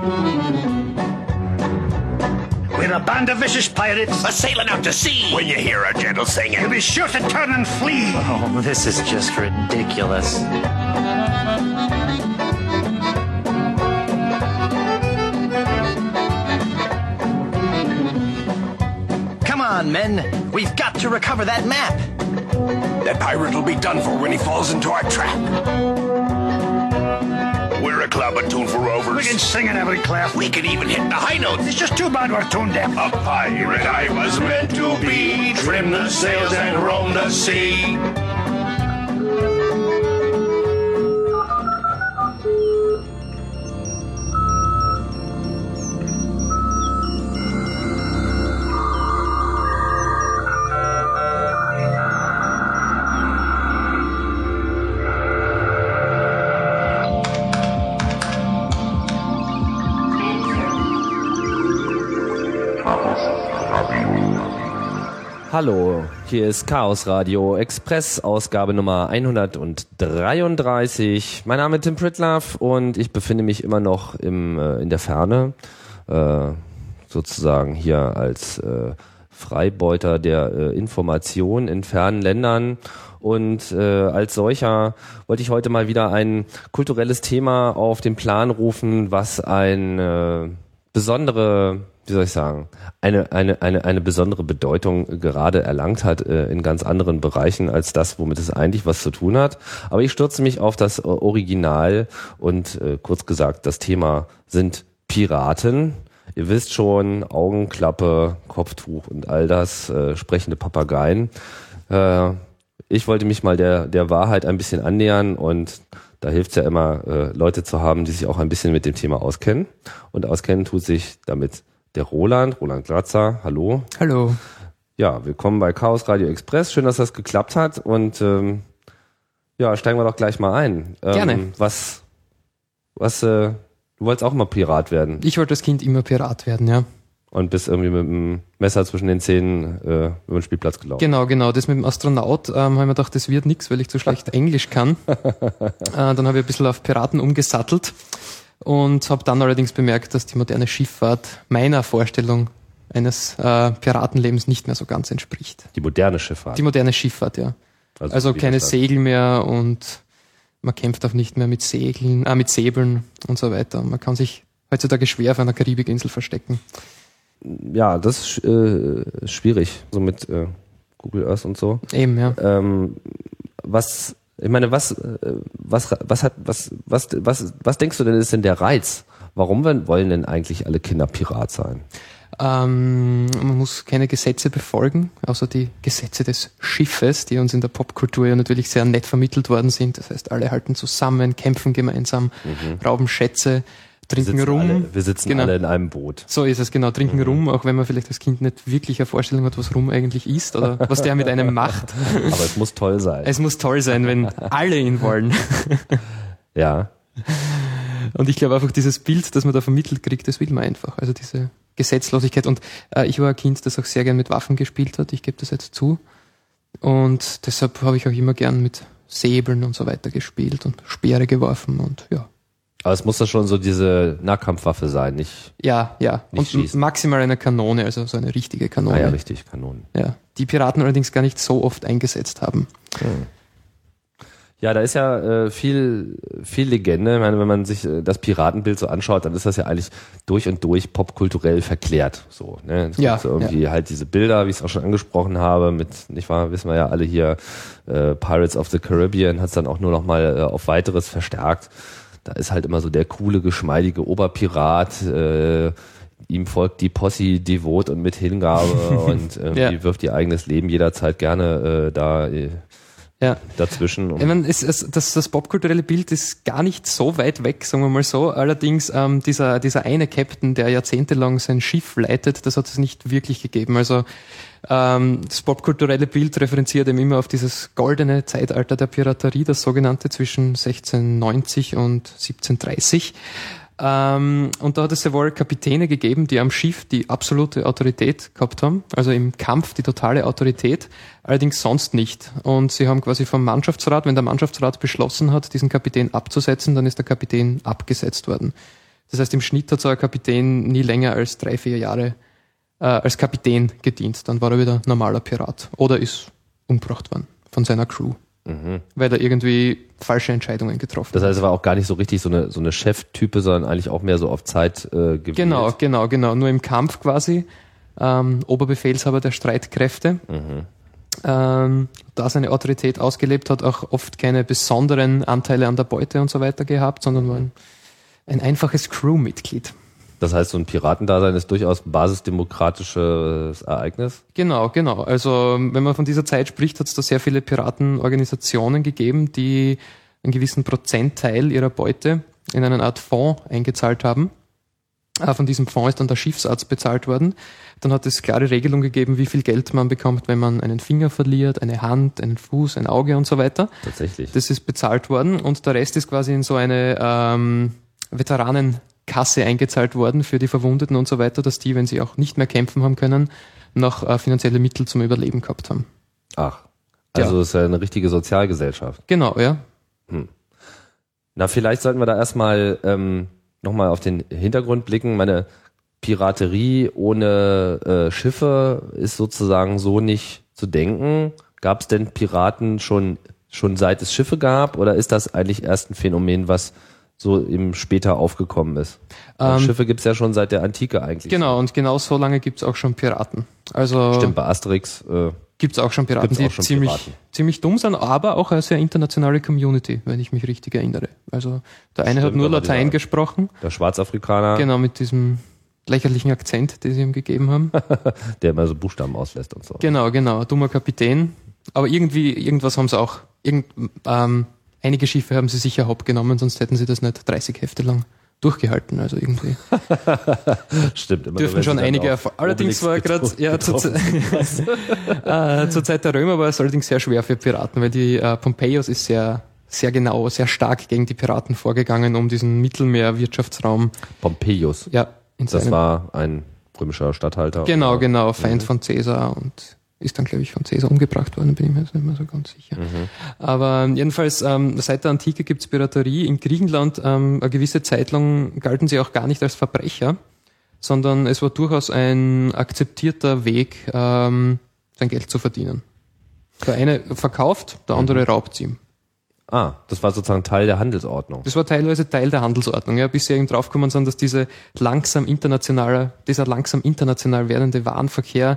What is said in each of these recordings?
We're a band of vicious pirates, sailing out to sea. When you hear our gentle singing, you'll be sure to turn and flee. Oh, this is just ridiculous. Come on, men. We've got to recover that map. That pirate will be done for when he falls into our trap. We're a club attuned for rovers. We can sing in every clef. We can even hit the high notes. It's just too bad we're tone deaf. A pirate I was meant to be. Trim the sails and roam the sea. Hallo, hier ist Chaos Radio Express, Ausgabe Nummer 133. Mein Name ist Tim Pritlove und ich befinde mich immer noch in der Ferne, sozusagen hier als Freibeuter der Information in fernen Ländern. Und als solcher wollte ich heute mal wieder ein kulturelles Thema auf den Plan rufen, was ein besondere, wie soll ich sagen, eine besondere Bedeutung gerade erlangt hat in ganz anderen Bereichen als das, womit es eigentlich was zu tun hat. Aber ich stürze mich auf das Original und kurz gesagt, das Thema sind Piraten. Ihr wisst schon, Augenklappe, Kopftuch und all das, sprechende Papageien. Ich wollte mich mal der Wahrheit ein bisschen annähern und da hilft es ja immer, Leute zu haben, die sich auch ein bisschen mit dem Thema auskennen. Und auskennen tut sich damit der Roland Glatzer. Hallo. Hallo. Ja, willkommen bei Chaos Radio Express. Schön, dass das geklappt hat. Und ja, steigen wir doch gleich mal ein. Gerne. Du wolltest auch mal Pirat werden. Ich wollte als Kind immer Pirat werden, ja. Und bist irgendwie mit dem Messer zwischen den Zähnen über den Spielplatz gelaufen. Genau. Das mit dem Astronaut habe ich mir gedacht, das wird nichts, weil ich zu schlecht Englisch kann. Dann habe ich ein bisschen auf Piraten umgesattelt und habe dann allerdings bemerkt, dass die moderne Schifffahrt meiner Vorstellung eines Piratenlebens nicht mehr so ganz entspricht. Die moderne Schifffahrt? Die moderne Schifffahrt, ja. Also keine Segel mehr und man kämpft auch nicht mehr mit Segeln, mit Säbeln und so weiter. Man kann sich heutzutage schwer auf einer Karibikinsel verstecken. Ja, das ist schwierig, so mit Google Earth und so. Eben, ja. Was denkst du denn ist denn der Reiz? Warum wollen denn eigentlich alle Kinder Pirat sein? Man muss keine Gesetze befolgen, außer die Gesetze des Schiffes, die uns in der Popkultur ja natürlich sehr nett vermittelt worden sind. Das heißt, alle halten zusammen, kämpfen gemeinsam, rauben Schätze, trinken Rum. Wir sitzen alle in einem Boot. So ist es, genau. Trinken Rum, auch wenn man vielleicht als Kind nicht wirklich eine Vorstellung hat, was Rum eigentlich ist oder was der mit einem macht. Aber es muss toll sein. Es muss toll sein, wenn alle ihn wollen. Ja. Und ich glaube einfach, dieses Bild, das man da vermittelt kriegt, das will man einfach. Also diese Gesetzlosigkeit. Und ich war ein Kind, das auch sehr gern mit Waffen gespielt hat. Ich gebe das jetzt zu. Und deshalb habe ich auch immer gern mit Säbeln und so weiter gespielt und Speere geworfen und ja. Aber es muss da schon so diese Nahkampfwaffe sein, nicht? Ja. Nicht und schießen. Maximal eine Kanone, also so eine richtige Kanone. Ah ja, richtig, Kanonen. Ja. Die Piraten allerdings gar nicht so oft eingesetzt haben. Ja, da ist ja viel Legende. Ich meine, wenn man sich das Piratenbild so anschaut, dann ist das ja eigentlich durch und durch popkulturell verklärt. So, ne? Es gibt so irgendwie halt diese Bilder, wie ich es auch schon angesprochen habe, mit, nicht wahr, wissen wir ja alle hier, Pirates of the Caribbean hat es dann auch nur noch mal auf weiteres verstärkt. Da ist halt immer so der coole, geschmeidige Oberpirat, ihm folgt die Posse devot und mit Hingabe und irgendwie wirft ihr eigenes Leben jederzeit gerne dazwischen. Ich meine, das popkulturelle Bild ist gar nicht so weit weg, sagen wir mal so. Allerdings dieser eine Captain, der jahrzehntelang sein Schiff leitet, das hat es nicht wirklich gegeben. Also das popkulturelle Bild referenziert eben immer auf dieses goldene Zeitalter der Piraterie, das sogenannte zwischen 1690 und 1730. Und da hat es ja wohl Kapitäne gegeben, die am Schiff die absolute Autorität gehabt haben, also im Kampf die totale Autorität, allerdings sonst nicht. Und sie haben quasi vom Mannschaftsrat, wenn der Mannschaftsrat beschlossen hat, diesen Kapitän abzusetzen, dann ist der Kapitän abgesetzt worden. Das heißt, im Schnitt hat so ein Kapitän nie länger als 3-4 Jahre als Kapitän gedient. Dann war er wieder normaler Pirat oder ist umgebracht worden von seiner Crew. Weil er irgendwie falsche Entscheidungen getroffen hat. Das heißt, es war auch gar nicht so richtig so eine Cheftype, sondern eigentlich auch mehr so auf Zeit gewählt. Genau. Nur im Kampf quasi. Oberbefehlshaber der Streitkräfte. Da seine Autorität ausgelebt hat, auch oft keine besonderen Anteile an der Beute und so weiter gehabt, sondern war ein einfaches Crewmitglied. Das heißt, so ein Piratendasein ist durchaus ein basisdemokratisches Ereignis? Genau. Also wenn man von dieser Zeit spricht, hat es da sehr viele Piratenorganisationen gegeben, die einen gewissen Prozentteil ihrer Beute in eine Art Fonds eingezahlt haben. Von diesem Fonds ist dann der Schiffsarzt bezahlt worden. Dann hat es klare Regelungen gegeben, wie viel Geld man bekommt, wenn man einen Finger verliert, eine Hand, einen Fuß, ein Auge und so weiter. Tatsächlich. Das ist bezahlt worden und der Rest ist quasi in so eine Veteranenkasse eingezahlt worden für die Verwundeten und so weiter, dass die, wenn sie auch nicht mehr kämpfen haben können, noch finanzielle Mittel zum Überleben gehabt haben. Ach, also Ja. ist ja eine richtige Sozialgesellschaft. Genau, ja. Na, vielleicht sollten wir da erstmal nochmal auf den Hintergrund blicken. Meine Piraterie ohne Schiffe ist sozusagen so nicht zu denken. Gab es denn Piraten schon seit es Schiffe gab, oder ist das eigentlich erst ein Phänomen, was so eben später aufgekommen ist? Schiffe gibt's ja schon seit der Antike eigentlich. Genau, und genau so lange gibt's auch schon Piraten. Also Stimmt, bei Asterix. gibt's auch schon Piraten, Gibt's die auch schon Piraten. ziemlich dumm sind, aber auch eine sehr internationale Community, wenn ich mich richtig erinnere. Also der eine hat Stimmt, nur aber Latein dieser- gesprochen, Der Schwarzafrikaner, genau, mit diesem lächerlichen Akzent, den sie ihm gegeben haben. der immer so Buchstaben auslässt und so. Genau, dummer Kapitän. Aber irgendwas haben sie auch, einige Schiffe haben sie sicher hopp genommen, sonst hätten sie das nicht 30 Hefte lang durchgehalten. Also irgendwie Stimmt. Immer dürfen nur, wenn schon sie dann einige auf Allerdings war Obelix gerade, zur Zeit der Römer war es allerdings sehr schwer für Piraten, weil die Pompeius ist sehr genau, sehr stark gegen die Piraten vorgegangen, um diesen Mittelmeerwirtschaftsraum, Pompeius. ja, in Das seinem, war ein römischer Statthalter. genau, Feind von Caesar und ist dann, glaube ich, von Caesar umgebracht worden, bin ich mir jetzt nicht mehr so ganz sicher. Aber jedenfalls, seit der Antike gibt's Piraterie. In Griechenland eine gewisse Zeit lang galten sie auch gar nicht als Verbrecher, sondern es war durchaus ein akzeptierter Weg, sein Geld zu verdienen. Der eine verkauft, der andere raubt ihm. Ah, das war sozusagen Teil der Handelsordnung. Das war teilweise Teil der Handelsordnung, ja, bis sie eben draufgekommen sind, dass dieser langsam international werdende Warenverkehr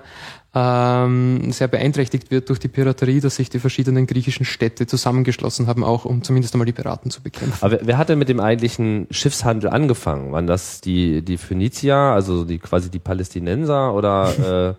sehr beeinträchtigt wird durch die Piraterie, dass sich die verschiedenen griechischen Städte zusammengeschlossen haben, auch um zumindest einmal die Piraten zu bekämpfen. Aber wer hat denn mit dem eigentlichen Schiffshandel angefangen? Waren das die Phönizier, also quasi die Palästinenser, oder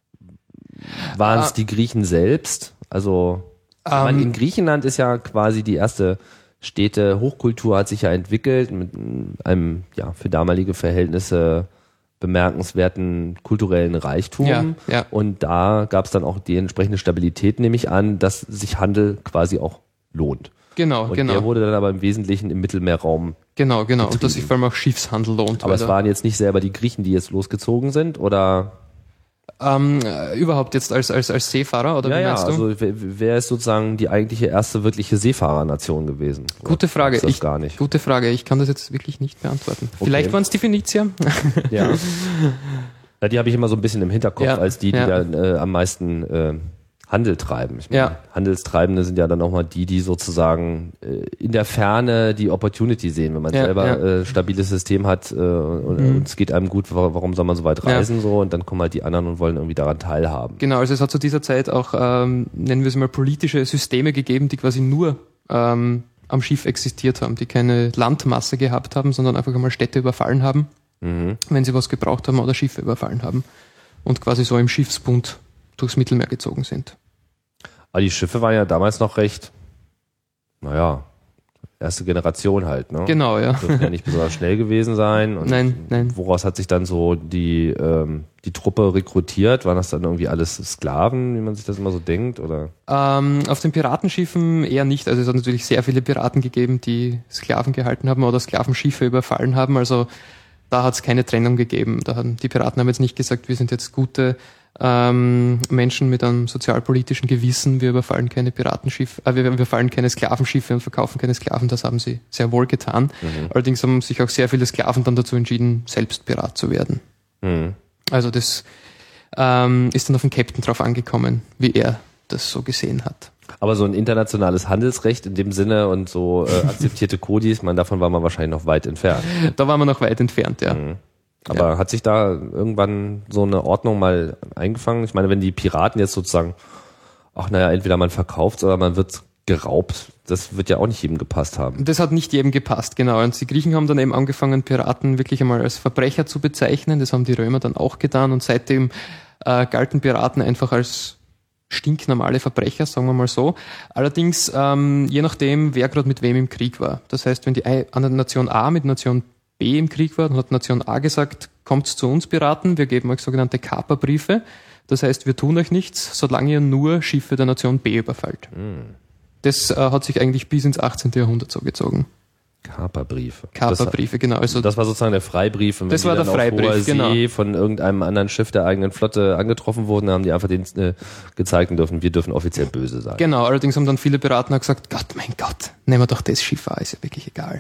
waren es die Griechen selbst? Also ich meine, in Griechenland ist ja quasi die erste Städte-Hochkultur hat sich ja entwickelt mit einem für damalige Verhältnisse bemerkenswerten kulturellen Reichtum. Ja. Und da gab es dann auch die entsprechende Stabilität, nehme ich an, dass sich Handel quasi auch lohnt. Genau. Und der wurde dann aber im Wesentlichen im Mittelmeerraum. Genau. Und dass sich vor allem auch Schiffshandel lohnt. Aber es waren jetzt nicht selber die Griechen, die jetzt losgezogen sind, oder? Überhaupt jetzt als Seefahrer, oder wie meinst du? Also wer ist sozusagen die eigentliche erste wirkliche Seefahrernation gewesen? Gute Frage. Ist das gar nicht. Gute Frage. Ich kann das jetzt wirklich nicht beantworten. Vielleicht waren es die Phönizier. Ja. Ja, die habe ich immer so ein bisschen im Hinterkopf, Ja, als die ja. da am meisten Handel treiben. Ich meine, Ja. Handelstreibende sind ja dann auch mal die sozusagen in der Ferne die Opportunity sehen, wenn man Ja, selber stabiles System hat und es geht einem gut, warum soll man so weit reisen so, und dann kommen halt die anderen und wollen irgendwie daran teilhaben. Genau, also es hat zu dieser Zeit auch, nennen wir es mal, politische Systeme gegeben, die quasi nur am Schiff existiert haben, die keine Landmasse gehabt haben, sondern einfach einmal Städte überfallen haben, wenn sie was gebraucht haben, oder Schiffe überfallen haben und quasi so im Schiffsbund durchs Mittelmeer gezogen sind. Aber die Schiffe waren ja damals noch recht, erste Generation halt, ne? Genau, ja. Dürfen ja nicht besonders schnell gewesen sein. Und Nein. woraus hat sich dann so die Truppe rekrutiert? Waren das dann irgendwie alles Sklaven, wie man sich das immer so denkt, oder? Auf den Piratenschiffen eher nicht. Also es hat natürlich sehr viele Piraten gegeben, die Sklaven gehalten haben oder Sklavenschiffe überfallen haben. Also da hat es keine Trennung gegeben. Die Piraten haben jetzt nicht gesagt, wir sind jetzt gute Menschen mit einem sozialpolitischen Gewissen, wir überfallen keine Piratenschiffe, wir überfallen keine Sklavenschiffe und verkaufen keine Sklaven, das haben sie sehr wohl getan. Allerdings haben sich auch sehr viele Sklaven dann dazu entschieden, selbst Pirat zu werden. Also das ist dann auf den Captain drauf angekommen, wie er das so gesehen hat. Aber so ein internationales Handelsrecht in dem Sinne und so akzeptierte Kodis, davon war man wahrscheinlich noch weit entfernt. Da waren wir noch weit entfernt, ja. Aber hat sich da irgendwann so eine Ordnung mal eingefangen? Ich meine, wenn die Piraten jetzt sozusagen, entweder man verkauft oder man wird geraubt, das wird ja auch nicht jedem gepasst haben. Das hat nicht jedem gepasst, genau. Und die Griechen haben dann eben angefangen, Piraten wirklich einmal als Verbrecher zu bezeichnen. Das haben die Römer dann auch getan und seitdem galten Piraten einfach als stinknormale Verbrecher, sagen wir mal so. Allerdings je nachdem, wer gerade mit wem im Krieg war. Das heißt, wenn die Nation A mit Nation B im Krieg war, dann hat Nation A gesagt, kommt zu uns Piraten, wir geben euch sogenannte Kaperbriefe. Das heißt, wir tun euch nichts, solange ihr nur Schiffe der Nation B überfallt. Das hat sich eigentlich bis ins 18. Jahrhundert so gezogen. Kaperbriefe. Genau. Also das war sozusagen der Freibrief. Und wenn das war der Freibrief, auf hoher See genau. von irgendeinem anderen Schiff der eigenen Flotte angetroffen wurden, haben die einfach den gezeigt und wir dürfen offiziell böse sein. Genau, allerdings haben dann viele Piraten auch gesagt, mein Gott, nehmen wir doch das Schiff an, ist ja wirklich egal.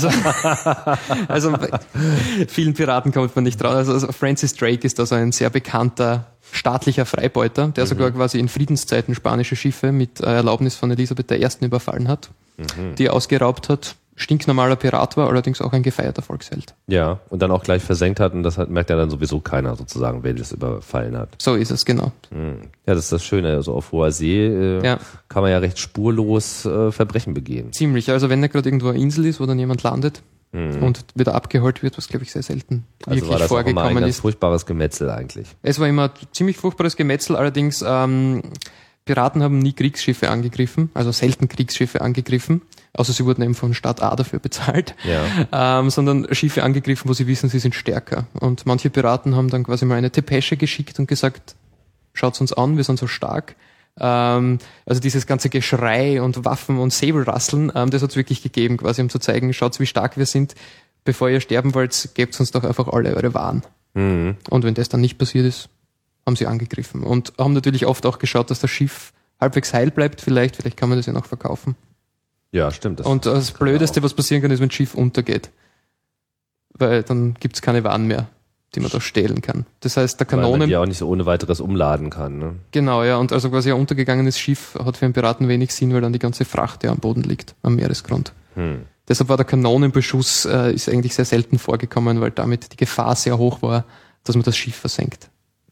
Also vielen Piraten kommt man nicht drauf. Also Francis Drake ist also ein sehr bekannter staatlicher Freibeuter, der sogar quasi in Friedenszeiten spanische Schiffe mit Erlaubnis von Elisabeth I. überfallen hat, die er ausgeraubt hat. Stinknormaler Pirat war, allerdings auch ein gefeierter Volksheld. Ja, und dann auch gleich versenkt hat und das merkt ja dann sowieso keiner sozusagen, wer das überfallen hat. So ist es, genau. Ja, das ist das Schöne, also auf hoher See kann man ja recht spurlos Verbrechen begehen. Ziemlich, also wenn da gerade irgendwo eine Insel ist, wo dann jemand landet und wieder abgeholt wird, was glaube ich sehr selten Also wirklich war das vorgekommen auch immer ein ganz ist. furchtbares Gemetzel eigentlich. Es war immer ein ziemlich furchtbares Gemetzel, allerdings Piraten haben nie Kriegsschiffe angegriffen, also selten Kriegsschiffe angegriffen, außer sie wurden eben von Staat A dafür bezahlt, sondern Schiffe angegriffen, wo sie wissen, sie sind stärker. Und manche Piraten haben dann quasi mal eine Depesche geschickt und gesagt, schaut's uns an, wir sind so stark. Also dieses ganze Geschrei und Waffen und Säbelrasseln, das hat's wirklich gegeben, quasi um zu zeigen, schaut's, wie stark wir sind, bevor ihr sterben wollt, gebt uns doch einfach alle eure Waren. Und wenn das dann nicht passiert ist, haben sie angegriffen und haben natürlich oft auch geschaut, dass das Schiff halbwegs heil bleibt, vielleicht kann man das ja noch verkaufen. Ja, stimmt. Und das Blödeste, was passieren kann, ist, wenn ein Schiff untergeht. Weil dann gibt's keine Waren mehr, die man da stehlen kann. Das heißt, der Weil man Kanonen... die auch nicht so ohne weiteres umladen kann. Ne? Genau, ja. Und also quasi ein untergegangenes Schiff hat für einen Piraten wenig Sinn, weil dann die ganze Fracht ja am Boden liegt, am Meeresgrund. Deshalb war der Kanonenbeschuss ist eigentlich sehr selten vorgekommen, weil damit die Gefahr sehr hoch war, dass man das Schiff versenkt.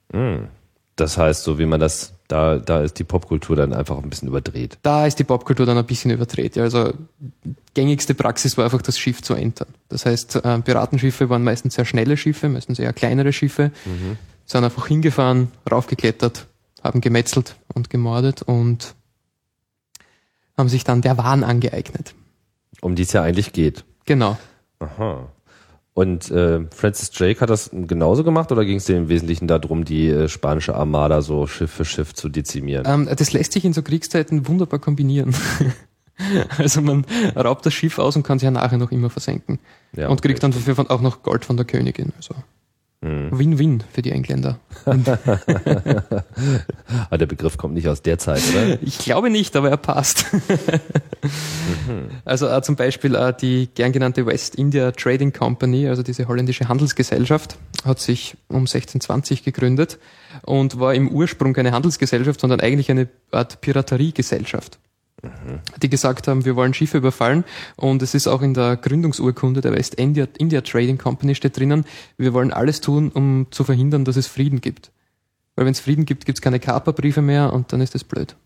Das heißt, so wie man das, da ist die Popkultur dann einfach ein bisschen überdreht. Da ist die Popkultur dann ein bisschen überdreht. Ja. Also gängigste Praxis war einfach, das Schiff zu entern. Das heißt, Piratenschiffe waren meistens sehr schnelle Schiffe, meistens eher kleinere Schiffe, sind einfach hingefahren, raufgeklettert, haben gemetzelt und gemordet und haben sich dann der Waren angeeignet. Um die es ja eigentlich geht. Genau. Aha. Und Francis Drake hat das genauso gemacht oder ging es dir im Wesentlichen darum, die spanische Armada so Schiff für Schiff zu dezimieren? Das lässt sich in so Kriegszeiten wunderbar kombinieren. Also man raubt das Schiff aus und kann sich ja nachher noch immer versenken. Ja, und kriegt dann dafür auch noch Gold von der Königin. Also Win-Win für die Engländer. Aber der Begriff kommt nicht aus der Zeit, oder? Ich glaube nicht, aber er passt. Also zum Beispiel die gern genannte West India Trading Company, also diese holländische Handelsgesellschaft, hat sich um 1620 gegründet und war im Ursprung keine Handelsgesellschaft, sondern eigentlich eine Art Pirateriegesellschaft. Die gesagt haben, wir wollen Schiffe überfallen und es ist auch in der Gründungsurkunde der West India Trading Company steht drinnen, wir wollen alles tun, um zu verhindern, dass es Frieden gibt. Weil wenn es Frieden gibt, gibt es keine Kaperbriefe mehr und dann ist das blöd.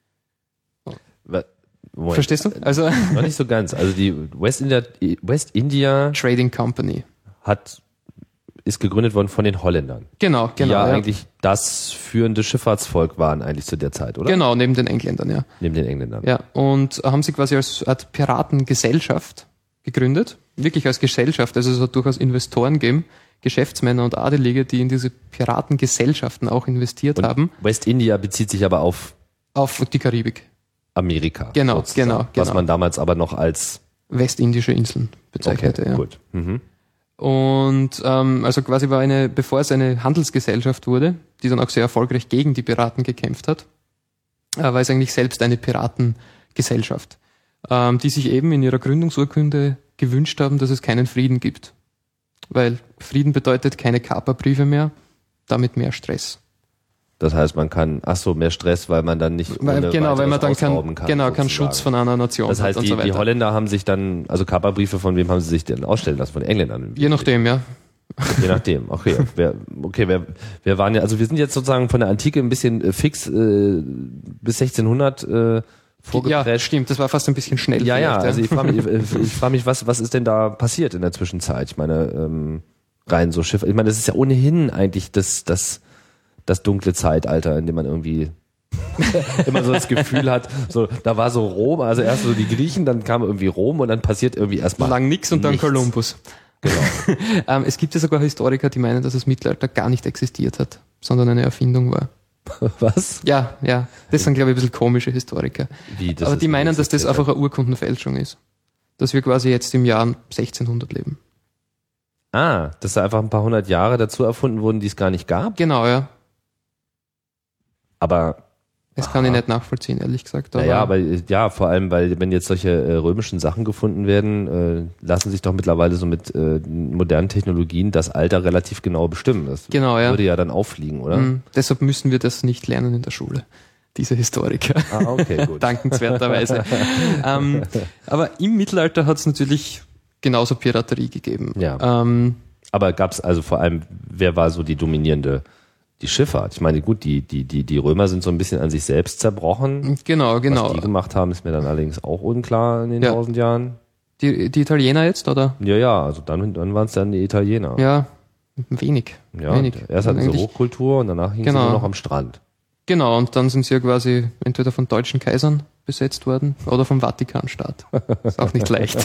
Moment. Verstehst du? Also Noch nicht so ganz. Also die West India Trading Company. ist gegründet worden von den Holländern. Genau. Die ja eigentlich das führende Schifffahrtsvolk waren eigentlich zu der Zeit, oder? Genau, neben den Engländern, ja. Neben den Engländern. Ja, und haben sie quasi als Art Piratengesellschaft gegründet. Wirklich als Gesellschaft. Also es hat durchaus Investoren gegeben, Geschäftsmänner und Adelige, die in diese Piratengesellschaften auch investiert haben. West India bezieht sich aber auf die Karibik. Amerika. Genau, sozusagen. genau. Was man damals aber noch als Westindische Inseln bezeichnete, ja. Gut. Mhm. Und also quasi bevor es eine Handelsgesellschaft wurde, die dann auch sehr erfolgreich gegen die Piraten gekämpft hat, war es eigentlich selbst eine Piratengesellschaft, die sich eben in ihrer Gründungsurkunde gewünscht haben, dass es keinen Frieden gibt. Weil Frieden bedeutet keine Kaperbriefe mehr, damit mehr Stress. Das heißt, man kann, mehr Stress, weil man dann nicht weil man dann kann keinen Schutz von einer Nation das heißt, hat und so weiter. Die Holländer haben sich dann, also Kaperbriefe, von wem haben sie sich denn ausstellen lassen? Von den Engländern? Je nachdem, ja. Je nachdem, okay. Wir waren ja, also wir sind jetzt sozusagen von der Antike ein bisschen fix bis 1600 vorgeprescht. Ja, stimmt, das war fast ein bisschen schnell. Ja, also ich frage mich, was ist denn da passiert in der Zwischenzeit? Ich meine, rein so Schiffe, ich meine, das ist ja ohnehin eigentlich das dunkle Zeitalter, in dem man irgendwie immer so das Gefühl hat, so, da war so Rom, also erst so die Griechen, dann kam irgendwie Rom und dann passiert irgendwie erstmal lang nix und dann nichts. Kolumbus. Genau. Es gibt ja sogar Historiker, die meinen, dass das Mittelalter gar nicht existiert hat, sondern eine Erfindung war. Was? Ja, das sind, glaube ich, ein bisschen komische Historiker. Aber die meinen, dass das einfach eine Urkundenfälschung ist. Dass wir quasi jetzt im Jahr 1600 leben. Dass da einfach ein paar hundert Jahre dazu erfunden wurden, die es gar nicht gab? Genau, ja. Aber das kann ich nicht nachvollziehen, ehrlich gesagt. Aber vor allem, weil wenn jetzt solche römischen Sachen gefunden werden, lassen sich doch mittlerweile so mit modernen Technologien das Alter relativ genau bestimmen. Das würde ja dann auffliegen, oder? Deshalb müssen wir das nicht lernen in der Schule, diese Historiker. Okay, gut. Dankenswerterweise. Aber im Mittelalter hat es natürlich genauso Piraterie gegeben. Ja. Aber gab es also vor allem, wer war so die dominierende? Die Schifffahrt. Ich meine, gut, die Römer sind so ein bisschen an sich selbst zerbrochen. Genau. Was die gemacht haben, ist mir dann allerdings auch unklar in den 1000 Jahren. Die Italiener jetzt, oder? Ja, also dann waren es dann die Italiener. Ja, wenig. Erst hatten sie Hochkultur und danach hingen sie nur noch am Strand. Genau, und dann sind sie ja quasi entweder von deutschen Kaisern besetzt worden oder vom Vatikanstaat. Ist auch nicht leicht.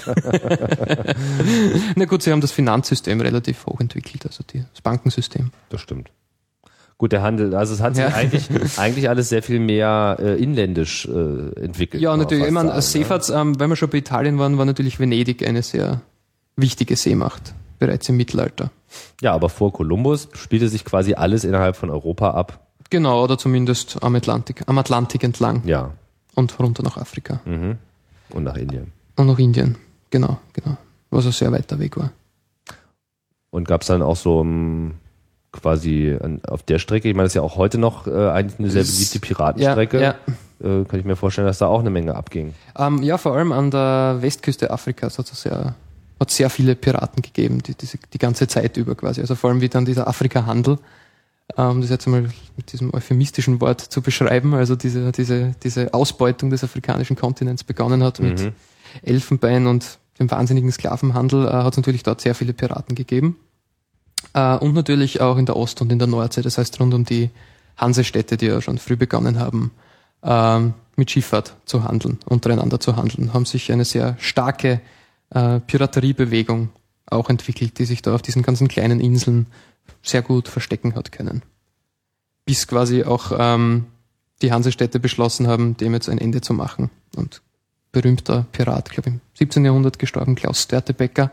Na gut, sie haben das Finanzsystem relativ hochentwickelt, also das Bankensystem. Das stimmt. Gut, der Handel, also es hat sich eigentlich alles sehr viel mehr inländisch entwickelt. Ja, natürlich. Ich meine, als Seefahrts, wenn wir schon bei Italien waren, war natürlich Venedig eine sehr wichtige Seemacht, bereits im Mittelalter. Ja, aber vor Kolumbus spielte sich quasi alles innerhalb von Europa ab. Genau, oder zumindest am Atlantik entlang. Ja. Und runter nach Afrika. Mhm. Und nach Indien. Und nach Indien, genau. Was ein sehr weiter Weg war. Und gab es dann auch so quasi auf der Strecke, ich meine, das ist ja auch heute noch eigentlich eine sehr beliebte Piratenstrecke. Ja. Kann ich mir vorstellen, dass da auch eine Menge abging. Ja, vor allem an der Westküste Afrikas hat es sehr viele Piraten gegeben, die ganze Zeit über quasi. Also vor allem wie dann dieser Afrika-Handel, das jetzt einmal mit diesem euphemistischen Wort zu beschreiben, also diese Ausbeutung des afrikanischen Kontinents begonnen hat mit Elfenbein und dem wahnsinnigen Sklavenhandel, hat es natürlich dort sehr viele Piraten gegeben. Und natürlich auch in der Ost- und in der Nordsee, das heißt rund um die Hansestädte, die ja schon früh begonnen haben, mit Schifffahrt zu handeln, untereinander zu handeln, haben sich eine sehr starke Pirateriebewegung auch entwickelt, die sich da auf diesen ganzen kleinen Inseln sehr gut verstecken hat können. Bis quasi auch die Hansestädte beschlossen haben, dem jetzt ein Ende zu machen. Und berühmter Pirat, glaube ich, im 17. Jahrhundert gestorben, Klaus Störtebeker,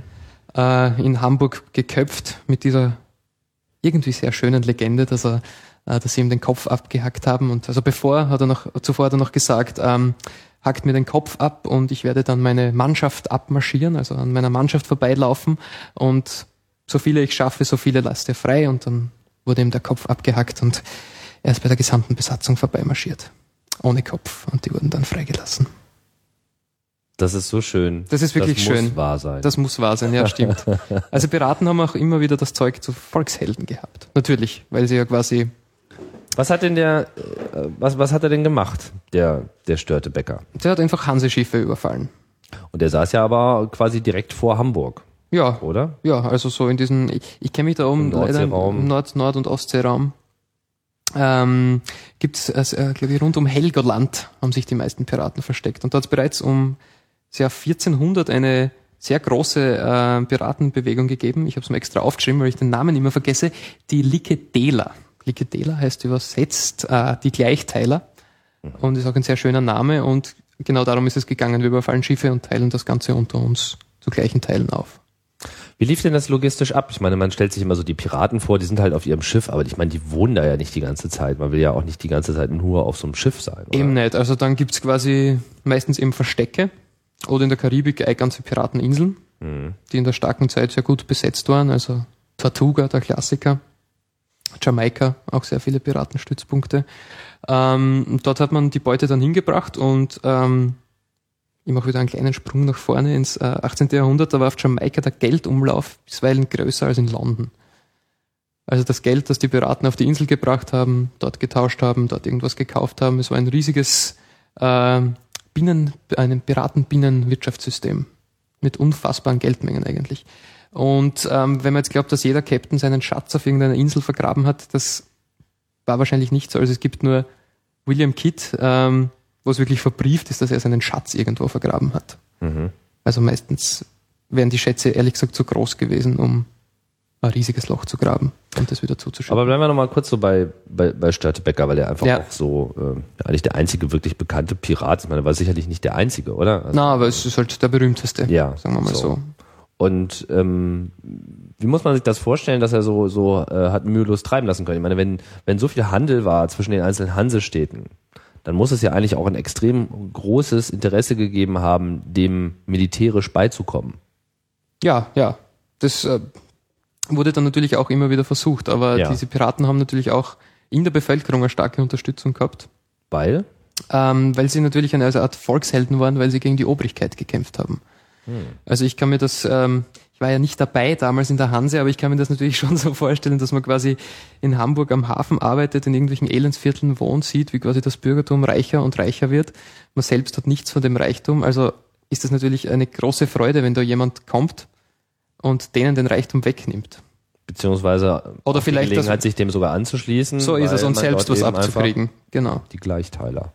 in Hamburg geköpft mit dieser irgendwie sehr schönen Legende, dass sie ihm den Kopf abgehackt haben. Und also zuvor hat er noch gesagt, hackt mir den Kopf ab und ich werde dann meine Mannschaft abmarschieren, also an meiner Mannschaft vorbeilaufen und so viele ich schaffe, so viele lasst ihr frei. Und dann wurde ihm der Kopf abgehackt und er ist bei der gesamten Besatzung vorbeimarschiert. Ohne Kopf. Und die wurden dann freigelassen. Das ist so schön. Das ist wirklich schön. Das muss wahr sein. Das muss wahr sein, ja, stimmt. Also Piraten haben auch immer wieder das Zeug zu Volkshelden gehabt. Natürlich, weil sie ja quasi... Was hat denn was hat er denn gemacht, der Störtebeker? Der hat einfach Hanseschiffe überfallen. Und der saß ja aber quasi direkt vor Hamburg. Ja. Oder? Ja, also so in diesen, ich kenne mich da oben leider im Nord- und Ostseeraum. Gibt's, glaube ich, rund um Helgoland haben sich die meisten Piraten versteckt. Und da hat es bereits um 1400 eine sehr große Piratenbewegung gegeben. Ich habe es mir extra aufgeschrieben, weil ich den Namen immer vergesse. Die Likedeler. Likedeler heißt übersetzt die Gleichteiler und ist auch ein sehr schöner Name. Und genau darum ist es gegangen. Wir überfallen Schiffe und teilen das Ganze unter uns zu gleichen Teilen auf. Wie lief denn das logistisch ab? Ich meine, man stellt sich immer so die Piraten vor, die sind halt auf ihrem Schiff, aber ich meine, die wohnen da ja nicht die ganze Zeit. Man will ja auch nicht die ganze Zeit nur auf so einem Schiff sein. Oder? Eben nicht. Also dann gibt's quasi meistens eben Verstecke oder in der Karibik ganze Pirateninseln, die in der starken Zeit sehr gut besetzt waren. Also Tortuga, der Klassiker. Jamaika, auch sehr viele Piratenstützpunkte. Dort hat man die Beute dann hingebracht und ich mache wieder einen kleinen Sprung nach vorne ins 18. Jahrhundert, da war auf Jamaika der Geldumlauf bisweilen größer als in London. Also das Geld, das die Piraten auf die Insel gebracht haben, dort getauscht haben, dort irgendwas gekauft haben, es war ein riesiges ein Piratenbinnenwirtschaftssystem mit unfassbaren Geldmengen eigentlich. Und wenn man jetzt glaubt, dass jeder Captain seinen Schatz auf irgendeiner Insel vergraben hat, das war wahrscheinlich nicht so. Also es gibt nur William Kidd, wo es wirklich verbrieft ist, dass er seinen Schatz irgendwo vergraben hat. Also meistens wären die Schätze ehrlich gesagt zu groß gewesen, um ein riesiges Loch zu graben und das wieder zuzuschieben. Aber bleiben wir nochmal kurz so bei Störtebeker, weil der einfach auch so eigentlich der einzige wirklich bekannte Pirat ist. Ich meine, er war sicherlich nicht der einzige, oder? Also, na, aber es ist halt der berühmteste, sagen wir mal so. Und wie muss man sich das vorstellen, dass er so hat mühelos treiben lassen können? Ich meine, wenn so viel Handel war zwischen den einzelnen Hansestädten, dann muss es ja eigentlich auch ein extrem großes Interesse gegeben haben, dem militärisch beizukommen. Ja. Das wurde dann natürlich auch immer wieder versucht, aber diese Piraten haben natürlich auch in der Bevölkerung eine starke Unterstützung gehabt. Weil sie natürlich eine Art Volkshelden waren, weil sie gegen die Obrigkeit gekämpft haben. Also ich kann mir das, ich war ja nicht dabei damals in der Hanse, aber ich kann mir das natürlich schon so vorstellen, dass man quasi in Hamburg am Hafen arbeitet, in irgendwelchen Elendsvierteln wohnt, sieht, wie quasi das Bürgertum reicher und reicher wird. Man selbst hat nichts von dem Reichtum, also ist das natürlich eine große Freude, wenn da jemand kommt und denen den Reichtum wegnimmt. Beziehungsweise oder vielleicht die Gelegenheit, sich dem sogar anzuschließen. So ist es, und selbst was abzukriegen. Genau. Die Gleichteiler.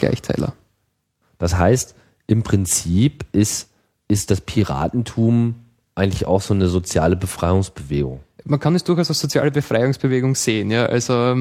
Das heißt, im Prinzip ist das Piratentum eigentlich auch so eine soziale Befreiungsbewegung. Man kann es durchaus als soziale Befreiungsbewegung sehen. Ja. Also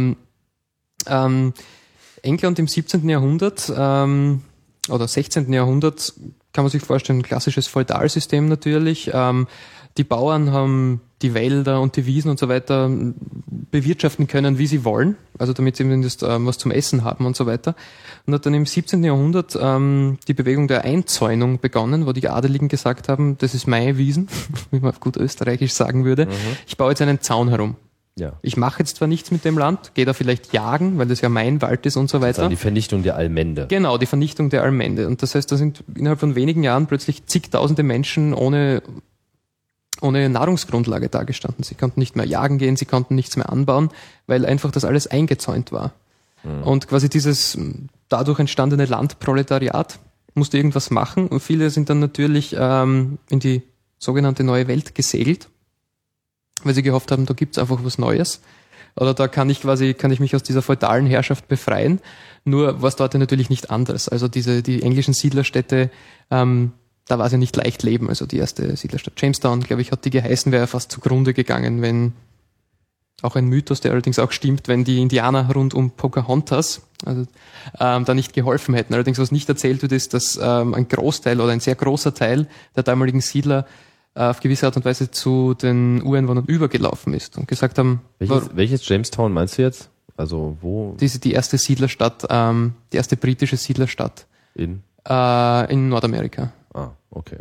England im 17. Jahrhundert oder 16. Jahrhundert kann man sich vorstellen, ein klassisches Feudalsystem natürlich. Die Bauern haben die Wälder und die Wiesen und so weiter bewirtschaften können, wie sie wollen, also damit sie zumindest was zum Essen haben und so weiter. Und hat dann im 17. Jahrhundert die Bewegung der Einzäunung begonnen, wo die Adeligen gesagt haben, das ist meine Wiesen, wie man auf gut österreichisch sagen würde. Ich baue jetzt einen Zaun herum. Ja. Ich mache jetzt zwar nichts mit dem Land, gehe da vielleicht jagen, weil das ja mein Wald ist und so weiter. Also die Vernichtung der Allmende. Genau, die Vernichtung der Allmende. Und das heißt, da sind innerhalb von wenigen Jahren plötzlich zigtausende Menschen ohne Nahrungsgrundlage dagestanden. Sie konnten nicht mehr jagen gehen, sie konnten nichts mehr anbauen, weil einfach das alles eingezäunt war. Und quasi dieses dadurch entstandene Landproletariat musste irgendwas machen und viele sind dann natürlich in die sogenannte neue Welt gesegelt, weil sie gehofft haben, da gibt's einfach was Neues. Oder da kann ich mich aus dieser feudalen Herrschaft befreien. Nur war es dort natürlich nicht anders. Also die englischen Siedlerstädte, da war es ja nicht leicht leben. Also die erste Siedlerstadt Jamestown, glaube ich, hat die geheißen, wäre ja fast zugrunde gegangen, wenn auch ein Mythos, der allerdings auch stimmt, wenn die Indianer rund um Pocahontas da nicht geholfen hätten. Allerdings, was nicht erzählt wird, ist, dass ein Großteil oder ein sehr großer Teil der damaligen Siedler auf gewisse Art und Weise zu den Ureinwohnern übergelaufen ist und gesagt haben... Welches Jamestown meinst du jetzt? Also wo? Die erste Siedlerstadt, die erste britische Siedlerstadt. In Nordamerika. Ah, okay.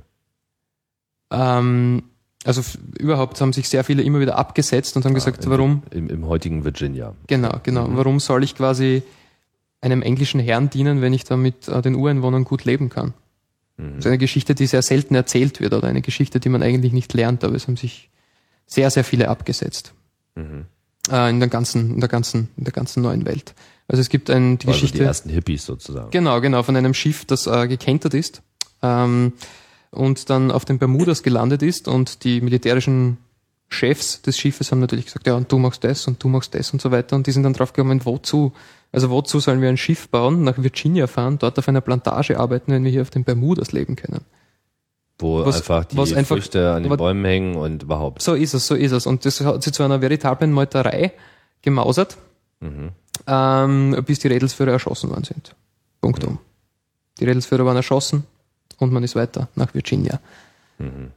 Also überhaupt haben sich sehr viele immer wieder abgesetzt und haben gesagt, warum? Im heutigen Virginia. Genau. Warum soll ich quasi einem englischen Herrn dienen, wenn ich da mit den Ureinwohnern gut leben kann? Das ist eine Geschichte, die sehr selten erzählt wird oder eine Geschichte, die man eigentlich nicht lernt, aber es haben sich sehr, sehr viele abgesetzt. In der ganzen neuen Welt. Also es gibt die Geschichte... die ersten Hippies sozusagen. Genau, von einem Schiff, das gekentert ist und dann auf den Bermudas gelandet ist und die militärischen Chefs des Schiffes haben natürlich gesagt, ja, und du machst das und du machst das und so weiter und die sind dann drauf gekommen, wozu? Also wozu sollen wir ein Schiff bauen, nach Virginia fahren, dort auf einer Plantage arbeiten, wenn wir hier auf den Bermudas leben können? Wo einfach die Früchte an den Bäumen hängen und überhaupt. So ist es. Und das hat sie zu einer veritablen Meuterei gemausert, bis die Rädelsführer erschossen worden sind. Punktum. Die Rädelsführer waren erschossen und man ist weiter nach Virginia.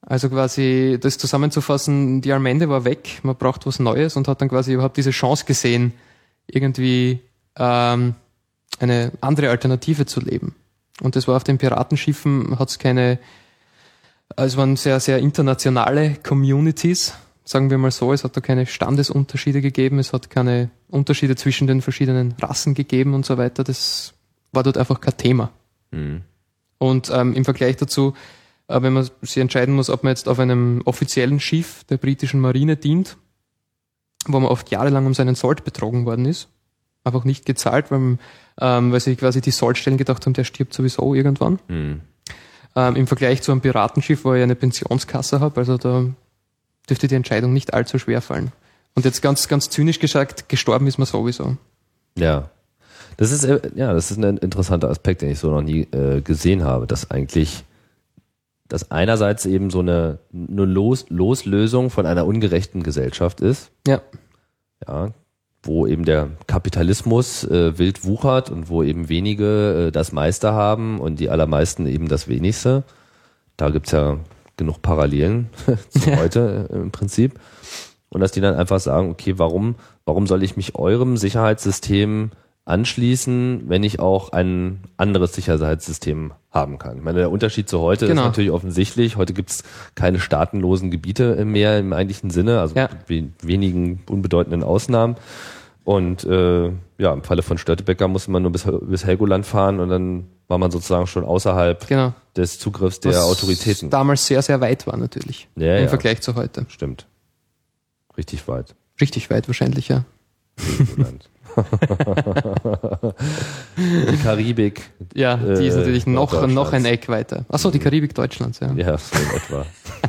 Also quasi das zusammenzufassen, die Allmende war weg, man braucht was Neues und hat dann quasi überhaupt diese Chance gesehen, irgendwie eine andere Alternative zu leben. Und das war auf den Piratenschiffen, es waren sehr, sehr internationale Communities, sagen wir mal so, es hat da keine Standesunterschiede gegeben, es hat keine Unterschiede zwischen den verschiedenen Rassen gegeben und so weiter, das war dort einfach kein Thema. Mhm. Und im Vergleich dazu, wenn man sich entscheiden muss, ob man jetzt auf einem offiziellen Schiff der britischen Marine dient, wo man oft jahrelang um seinen Sold betrogen worden ist, einfach nicht gezahlt, weil sich quasi die Soldstellen gedacht haben, der stirbt sowieso irgendwann. Mhm. Im Vergleich zu einem Piratenschiff, wo ich eine Pensionskasse habe, also da dürfte die Entscheidung nicht allzu schwer fallen. Und jetzt ganz, ganz zynisch gesagt, gestorben ist man sowieso. Ja. Das ist ein interessanter Aspekt, den ich so noch nie gesehen habe, dass einerseits eben so eine Loslösung von einer ungerechten Gesellschaft ist. Ja. Ja, wo eben der Kapitalismus wild wuchert und wo eben wenige das meiste haben und die allermeisten eben das wenigste. Da gibt's ja genug Parallelen zu heute im Prinzip. Und dass die dann einfach sagen, okay, warum soll ich mich eurem Sicherheitssystem anschließen, wenn ich auch ein anderes Sicherheitssystem haben kann? Ich meine, der Unterschied zu heute ist natürlich offensichtlich. Heute gibt's keine staatenlosen Gebiete mehr im eigentlichen Sinne, also mit wenigen unbedeutenden Ausnahmen. Und im Falle von Störtebeker musste man nur bis Helgoland fahren und dann war man sozusagen schon außerhalb des Zugriffs der Autoritäten. Damals sehr, sehr weit war natürlich im Vergleich zu heute. Stimmt. Richtig weit. Richtig weit wahrscheinlich, ja. Helgoland. Die Karibik. Ja, die ist natürlich noch ein Eck weiter. Achso, die Karibik Deutschlands, ja. Ja, so in etwa.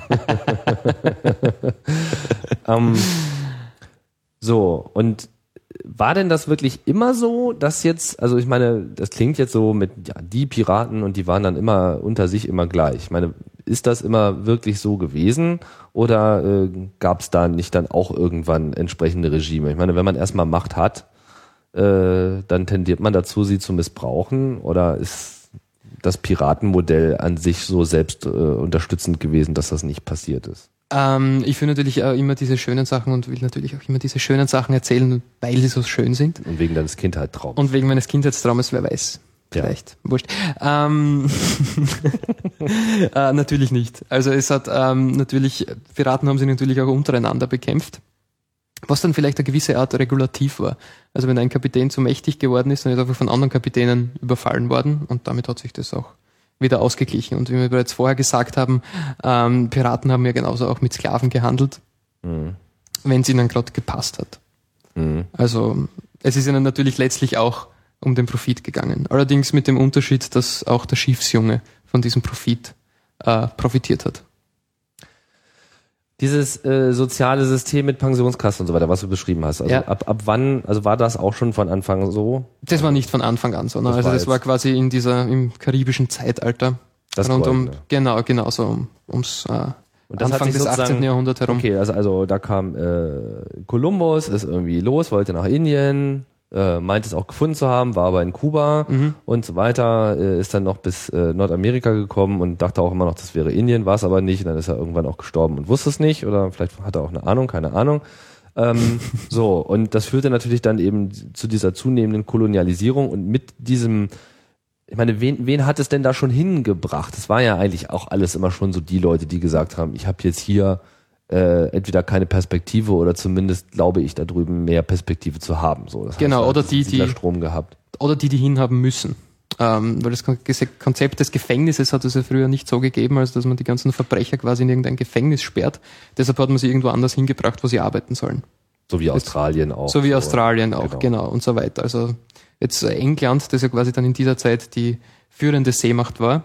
So, und war denn das wirklich immer so, dass jetzt, also ich meine, das klingt jetzt so mit, die Piraten und die waren dann immer unter sich immer gleich. Ich meine, ist das immer wirklich so gewesen oder gab es da nicht dann auch irgendwann entsprechende Regime? Ich meine, wenn man erstmal Macht hat, dann tendiert man dazu, sie zu missbrauchen, oder ist das Piratenmodell an sich so selbst unterstützend gewesen, dass das nicht passiert ist? Ich will natürlich auch immer diese schönen Sachen und will natürlich auch immer diese schönen Sachen erzählen, weil sie so schön sind. Und wegen deines Kindheitstraums. Und wegen meines Kindheitstraumes, wer weiß. Vielleicht. Ja. Wurscht. Natürlich nicht. Also es hat Piraten haben sich natürlich auch untereinander bekämpft. Was dann vielleicht eine gewisse Art Regulativ war. Also wenn ein Kapitän zu mächtig geworden ist, dann ist er einfach von anderen Kapitänen überfallen worden und damit hat sich das auch wieder ausgeglichen. Und wie wir bereits vorher gesagt haben, Piraten haben ja genauso auch mit Sklaven gehandelt, wenn es ihnen gerade gepasst hat. Mhm. Also es ist ihnen natürlich letztlich auch um den Profit gegangen. Allerdings mit dem Unterschied, dass auch der Schiffsjunge von diesem Profit profitiert hat. Dieses soziale System mit Pensionskassen und so weiter, was du beschrieben hast, also ab wann, also war das auch schon von Anfang so? Das war nicht von Anfang an so, ne? Das war quasi im karibischen Zeitalter. Das rund Gold, genau so ums Anfang des 18. Jahrhunderts herum. Okay, also da kam Kolumbus, ist irgendwie los, wollte nach Indien, meint es auch gefunden zu haben, war aber in Kuba und so weiter, ist dann noch bis Nordamerika gekommen und dachte auch immer noch, das wäre Indien, war es aber nicht, und dann ist er irgendwann auch gestorben und wusste es nicht, oder vielleicht hat er auch eine Ahnung, keine Ahnung. So, und das führte natürlich dann eben zu dieser zunehmenden Kolonialisierung und mit diesem, ich meine, wen hat es denn da schon hingebracht? Es war ja eigentlich auch alles immer schon so die Leute, die gesagt haben, ich habe jetzt hier entweder keine Perspektive oder zumindest glaube ich da drüben mehr Perspektive zu haben. So, das genau, heißt, oder die Strom gehabt. Oder die hinhaben müssen. Weil das Konzept des Gefängnisses hat es ja früher nicht so gegeben, als dass man die ganzen Verbrecher quasi in irgendein Gefängnis sperrt. Deshalb hat man sie irgendwo anders hingebracht, wo sie arbeiten sollen. So wie Australien auch. So wie Australien auch, genau, und so weiter. Also jetzt England, das ja quasi dann in dieser Zeit die führende Seemacht war.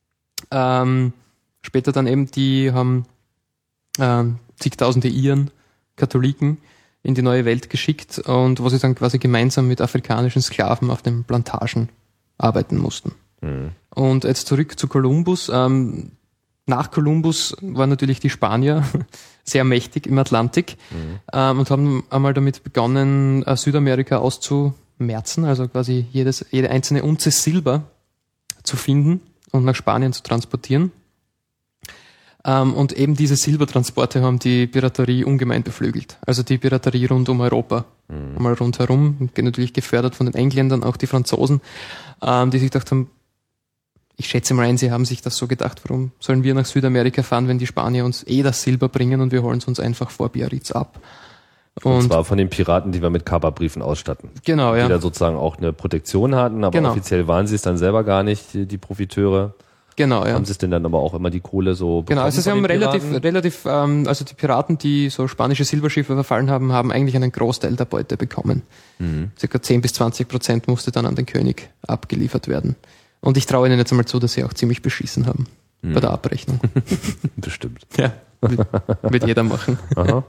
Später dann eben, die haben zigtausende Iren, Katholiken, in die neue Welt geschickt und wo sie dann quasi gemeinsam mit afrikanischen Sklaven auf den Plantagen arbeiten mussten. Mhm. Und jetzt zurück zu Kolumbus. Nach Kolumbus waren natürlich die Spanier sehr mächtig im Atlantik und haben einmal damit begonnen, Südamerika auszumerzen, also quasi jede einzelne Unze Silber zu finden und nach Spanien zu transportieren. Und eben diese Silbertransporte haben die Piraterie ungemein beflügelt. Also die Piraterie rund um Europa. Einmal rundherum, natürlich gefördert von den Engländern, auch die Franzosen, die sich gedacht haben, ich schätze mal ein, sie haben sich das so gedacht, warum sollen wir nach Südamerika fahren, wenn die Spanier uns das Silber bringen und wir holen es uns einfach vor Biarritz ab. Und zwar von den Piraten, die wir mit Kaperbriefen ausstatten. Genau, ja. Die da sozusagen auch eine Protektion hatten, aber offiziell waren sie es dann selber gar nicht, die Profiteure. Genau, ja. Haben sie es denn dann aber auch immer die Kohle so bekommen? Genau, also sie haben relativ, also die Piraten, die so spanische Silberschiffe überfallen haben, haben eigentlich einen Großteil der Beute bekommen. Circa 10-20% musste dann an den König abgeliefert werden. Und ich traue ihnen jetzt einmal zu, dass sie auch ziemlich beschissen haben bei der Abrechnung. Bestimmt. Ja, wird jeder machen. Aha.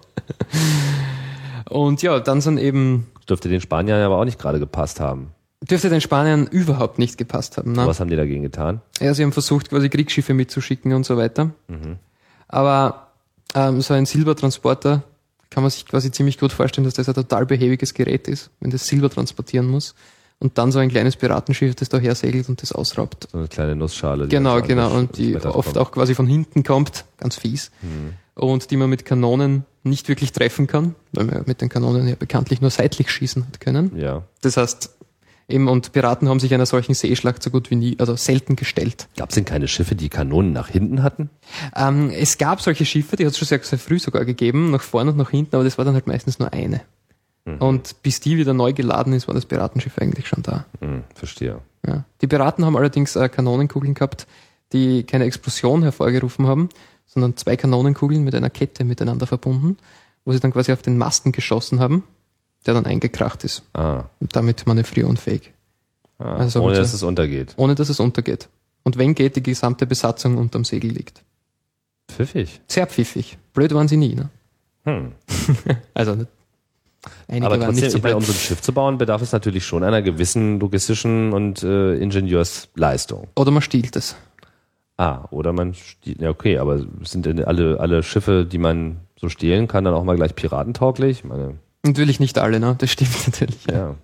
Und ja, dann sind eben... Dürfte den Spaniern aber auch nicht gerade gepasst haben. Dürfte den Spaniern überhaupt nicht gepasst haben. Ne? Was haben die dagegen getan? Ja, sie haben versucht, quasi Kriegsschiffe mitzuschicken und so weiter. Aber so ein Silbertransporter kann man sich quasi ziemlich gut vorstellen, dass das ein total behäbiges Gerät ist, wenn das Silber transportieren muss. Und dann so ein kleines Piratenschiff, das daher segelt und das ausraubt. So eine kleine Nussschale. Genau. Und die oft auch quasi von hinten kommt, ganz fies. Und die man mit Kanonen nicht wirklich treffen kann, weil man mit den Kanonen ja bekanntlich nur seitlich schießen hat können. Ja. Das heißt, eben, und Piraten haben sich einer solchen Seeschlacht so gut wie nie, also selten gestellt. Gab es denn keine Schiffe, die Kanonen nach hinten hatten? Es gab solche Schiffe, die hat es schon sehr, sehr früh sogar gegeben, nach vorne und nach hinten, aber das war dann halt meistens nur eine. Und bis die wieder neu geladen ist, war das Piratenschiff eigentlich schon da. Verstehe. Ja. Die Piraten haben allerdings Kanonenkugeln gehabt, die keine Explosion hervorgerufen haben, sondern 2 Kanonenkugeln mit einer Kette miteinander verbunden, wo sie dann quasi auf den Masten geschossen haben, der dann eingekracht ist. Und damit manövrierunfähig. Also ohne dass es untergeht. Ohne dass es untergeht. Und wenn geht, die gesamte Besatzung unterm Segel liegt. Pfiffig. Sehr pfiffig. Blöd waren sie nie, ne? Also einige aber waren trotzdem, nicht so blöd. um so ein Schiff zu bauen, bedarf es natürlich schon einer gewissen logistischen und Ingenieursleistung. Oder man stiehlt es. Oder man stiehlt, ja okay, aber sind denn alle Schiffe, die man so stehlen kann, dann auch mal gleich piratentauglich? Ich meine, natürlich nicht alle, ne? Das stimmt natürlich. Ja.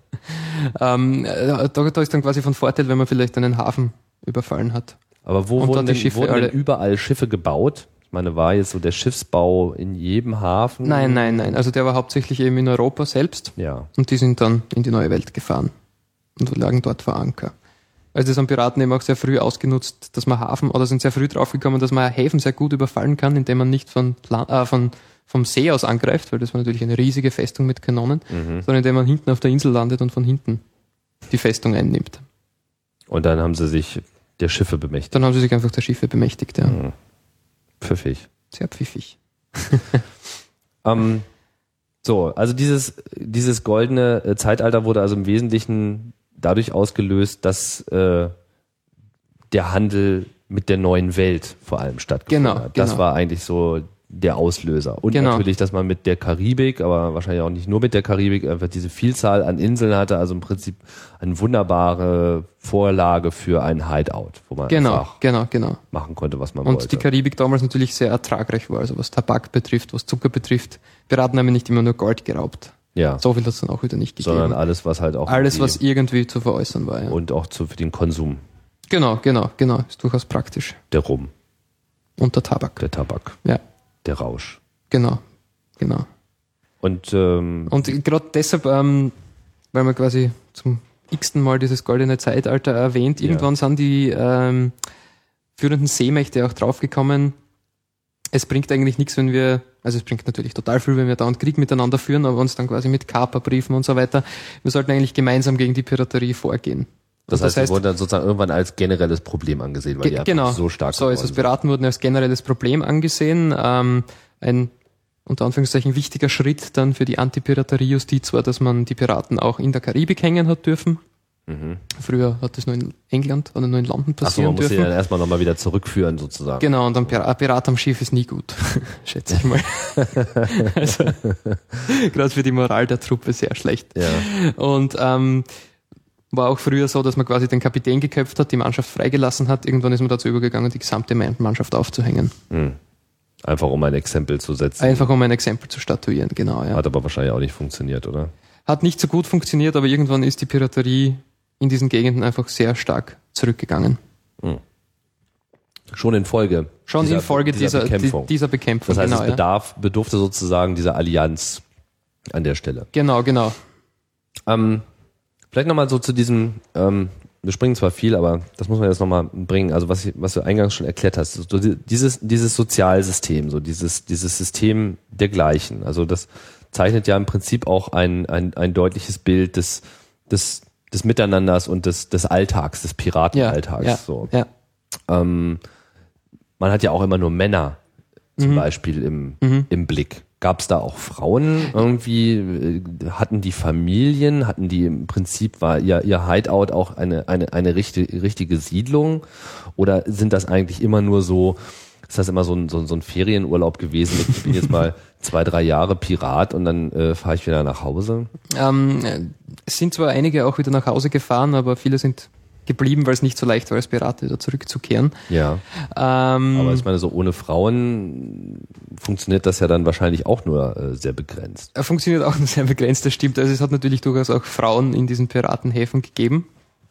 Da ist dann quasi von Vorteil, wenn man vielleicht einen Hafen überfallen hat. Aber wo Und wurden dann die Schiffe denn alle- überall Schiffe gebaut? Ich meine, war jetzt so der Schiffsbau in jedem Hafen? Nein. Also der war hauptsächlich eben in Europa selbst. Ja. Und die sind dann in die neue Welt gefahren und lagen dort vor Anker. Also das haben Piraten eben auch sehr früh ausgenutzt, dass man sind sehr früh draufgekommen, dass man Häfen sehr gut überfallen kann, indem man nicht vom See aus angreift, weil das war natürlich eine riesige Festung mit Kanonen, sondern indem man hinten auf der Insel landet und von hinten die Festung einnimmt. Und dann haben sie sich der Schiffe bemächtigt. Dann haben sie sich einfach der Schiffe bemächtigt, ja. Pfiffig. Sehr pfiffig. So, also dieses goldene Zeitalter wurde also im Wesentlichen dadurch ausgelöst, dass der Handel mit der neuen Welt vor allem stattgefunden hat. Das war eigentlich so der Auslöser. Und natürlich, dass man mit der Karibik, aber wahrscheinlich auch nicht nur mit der Karibik, einfach diese Vielzahl an Inseln hatte, also im Prinzip eine wunderbare Vorlage für ein Hideout, wo man einfach machen konnte, was man wollte. Und die Karibik damals natürlich sehr ertragreich war, also was Tabak betrifft, was Zucker betrifft. Piraten haben nicht immer nur Gold geraubt. Ja. So viel hat es dann auch wieder nicht gegeben. Sondern alles, was halt auch was irgendwie zu veräußern war. Ja. Und auch für den Konsum. Genau. Ist durchaus praktisch. Der Rum. Und der Tabak. Der Tabak. Ja. Der Rausch. Genau. Und gerade deshalb, weil man quasi zum x-ten Mal dieses goldene Zeitalter erwähnt, irgendwann sind die führenden Seemächte auch draufgekommen, es bringt eigentlich nichts, es bringt natürlich total viel, wenn wir dauernd Krieg miteinander führen, aber uns dann quasi mit Kaperbriefen und so weiter, wir sollten eigentlich gemeinsam gegen die Piraterie vorgehen. Das heißt, die wurden dann sozusagen irgendwann als generelles Problem angesehen, weil die einfach so stark geworden sind. Piraten wurden als generelles Problem angesehen. Ein unter Anführungszeichen wichtiger Schritt dann für die Anti-Piraterie-Justiz war, dass man die Piraten auch in der Karibik hängen hat dürfen. Früher hat das nur in England oder nur in London passieren dürfen. Man muss sie dann erstmal nochmal wieder zurückführen sozusagen. Genau, und ein Pirat am Schiff ist nie gut, schätze ich mal. Also, gerade für die Moral der Truppe sehr schlecht. Ja. Und war auch früher so, dass man quasi den Kapitän geköpft hat, die Mannschaft freigelassen hat. Irgendwann ist man dazu übergegangen, die gesamte Mannschaft aufzuhängen. Einfach um ein Exempel zu setzen. Einfach um ein Exempel zu statuieren, genau. Ja. Hat aber wahrscheinlich auch nicht funktioniert, oder? Hat nicht so gut funktioniert, aber irgendwann ist die Piraterie in diesen Gegenden einfach sehr stark zurückgegangen. Schon in Folge. dieser Bekämpfung. Das heißt, genau, es bedurfte sozusagen dieser Allianz an der Stelle. Genau. Vielleicht nochmal so zu diesem, wir springen zwar viel, aber das muss man jetzt nochmal bringen, also was du eingangs schon erklärt hast, so dieses Sozialsystem, so dieses System dergleichen, also das zeichnet ja im Prinzip auch ein deutliches Bild des Miteinanders und des Alltags, des Piratenalltags. Man hat ja auch immer nur Männer zum Beispiel im Blick. Gab es da auch Frauen irgendwie? Hatten die Familien? Hatten die im Prinzip, war ihr Hideout auch eine richtige Siedlung? Oder sind das eigentlich immer nur so, ist das immer so ein Ferienurlaub gewesen? Ich bin jetzt mal 2-3 Jahre Pirat und dann fahre ich wieder nach Hause? Es sind zwar einige auch wieder nach Hause gefahren, aber viele sind geblieben, weil es nicht so leicht war, als Pirat wieder zurückzukehren. Ja. Aber ich meine, so ohne Frauen funktioniert das ja dann wahrscheinlich auch nur sehr begrenzt. Funktioniert auch nur sehr begrenzt, das stimmt. Also es hat natürlich durchaus auch Frauen in diesen Piratenhäfen gegeben.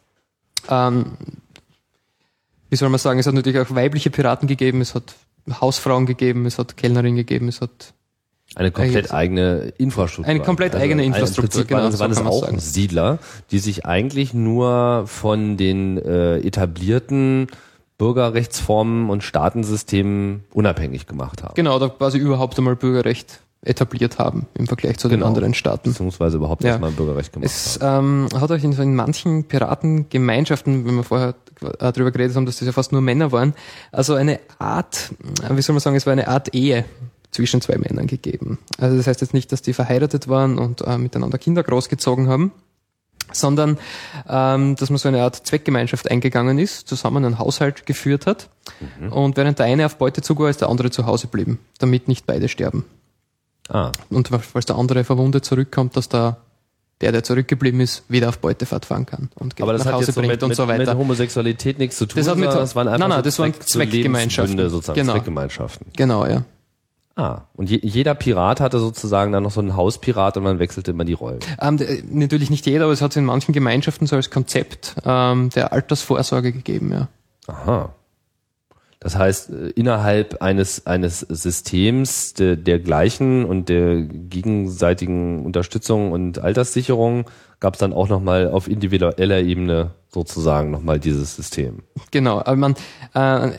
Wie soll man sagen, es hat natürlich auch weibliche Piraten gegeben, es hat Hausfrauen gegeben, es hat Kellnerinnen gegeben, es hat eine komplett eigene Infrastruktur. Eine komplett eigene Infrastruktur, genau. Waren es auch sagen. Siedler, die sich eigentlich nur von den etablierten Bürgerrechtsformen und Staatensystemen unabhängig gemacht haben. Genau, da quasi überhaupt einmal Bürgerrecht etabliert haben im Vergleich zu den anderen Staaten. Beziehungsweise überhaupt nicht mal ein Bürgerrecht gemacht haben. Es hat auch in manchen Piratengemeinschaften, wenn wir vorher darüber geredet haben, dass das ja fast nur Männer waren, also eine Art, wie soll man sagen, es war eine Art Ehe zwischen 2 Männern gegeben. Also das heißt jetzt nicht, dass die verheiratet waren und miteinander Kinder großgezogen haben, sondern dass man so eine Art Zweckgemeinschaft eingegangen ist, zusammen einen Haushalt geführt hat und während der eine auf Beutezug war, ist der andere zu Hause geblieben, damit nicht beide sterben. Und falls der andere verwundet zurückkommt, dass der zurückgeblieben ist, wieder auf Beutefahrt fahren kann und Geld nach Hause bringt und so weiter. Mit Homosexualität nichts zu tun, das waren einfach das waren Zweckgemeinschaften. Sozusagen, Zweckgemeinschaften. Genau, ja. Und jeder Pirat hatte sozusagen dann noch so einen Hauspirat und man wechselte immer die Rollen. Natürlich nicht jeder, aber es hat es in manchen Gemeinschaften so als Konzept der Altersvorsorge gegeben, ja. Aha. Das heißt, innerhalb eines Systems dergleichen und der gegenseitigen Unterstützung und Alterssicherung gab es dann auch nochmal auf individueller Ebene sozusagen nochmal dieses System. Genau, aber aber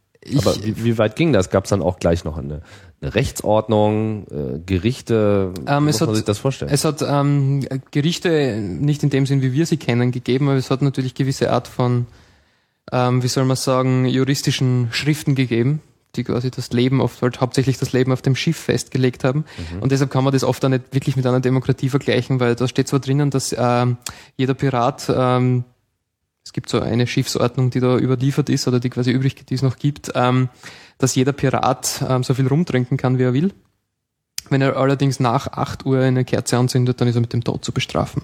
wie weit ging das? Gab es dann auch gleich noch eine Rechtsordnung, Gerichte? Muss man sich das vorstellen? Es hat Gerichte nicht in dem Sinn, wie wir sie kennen, gegeben, aber es hat natürlich gewisse Art von, wie soll man sagen, juristischen Schriften gegeben, die quasi das Leben hauptsächlich das Leben auf dem Schiff festgelegt haben. Und deshalb kann man das oft auch nicht wirklich mit einer Demokratie vergleichen, weil da steht zwar drinnen, dass jeder Pirat es gibt so eine Schiffsordnung, die da überliefert ist oder die quasi übrig, die es noch gibt, dass jeder Pirat so viel rumtrinken kann, wie er will. Wenn er allerdings nach 8 Uhr eine Kerze anzündet, dann ist er mit dem Tod zu bestrafen.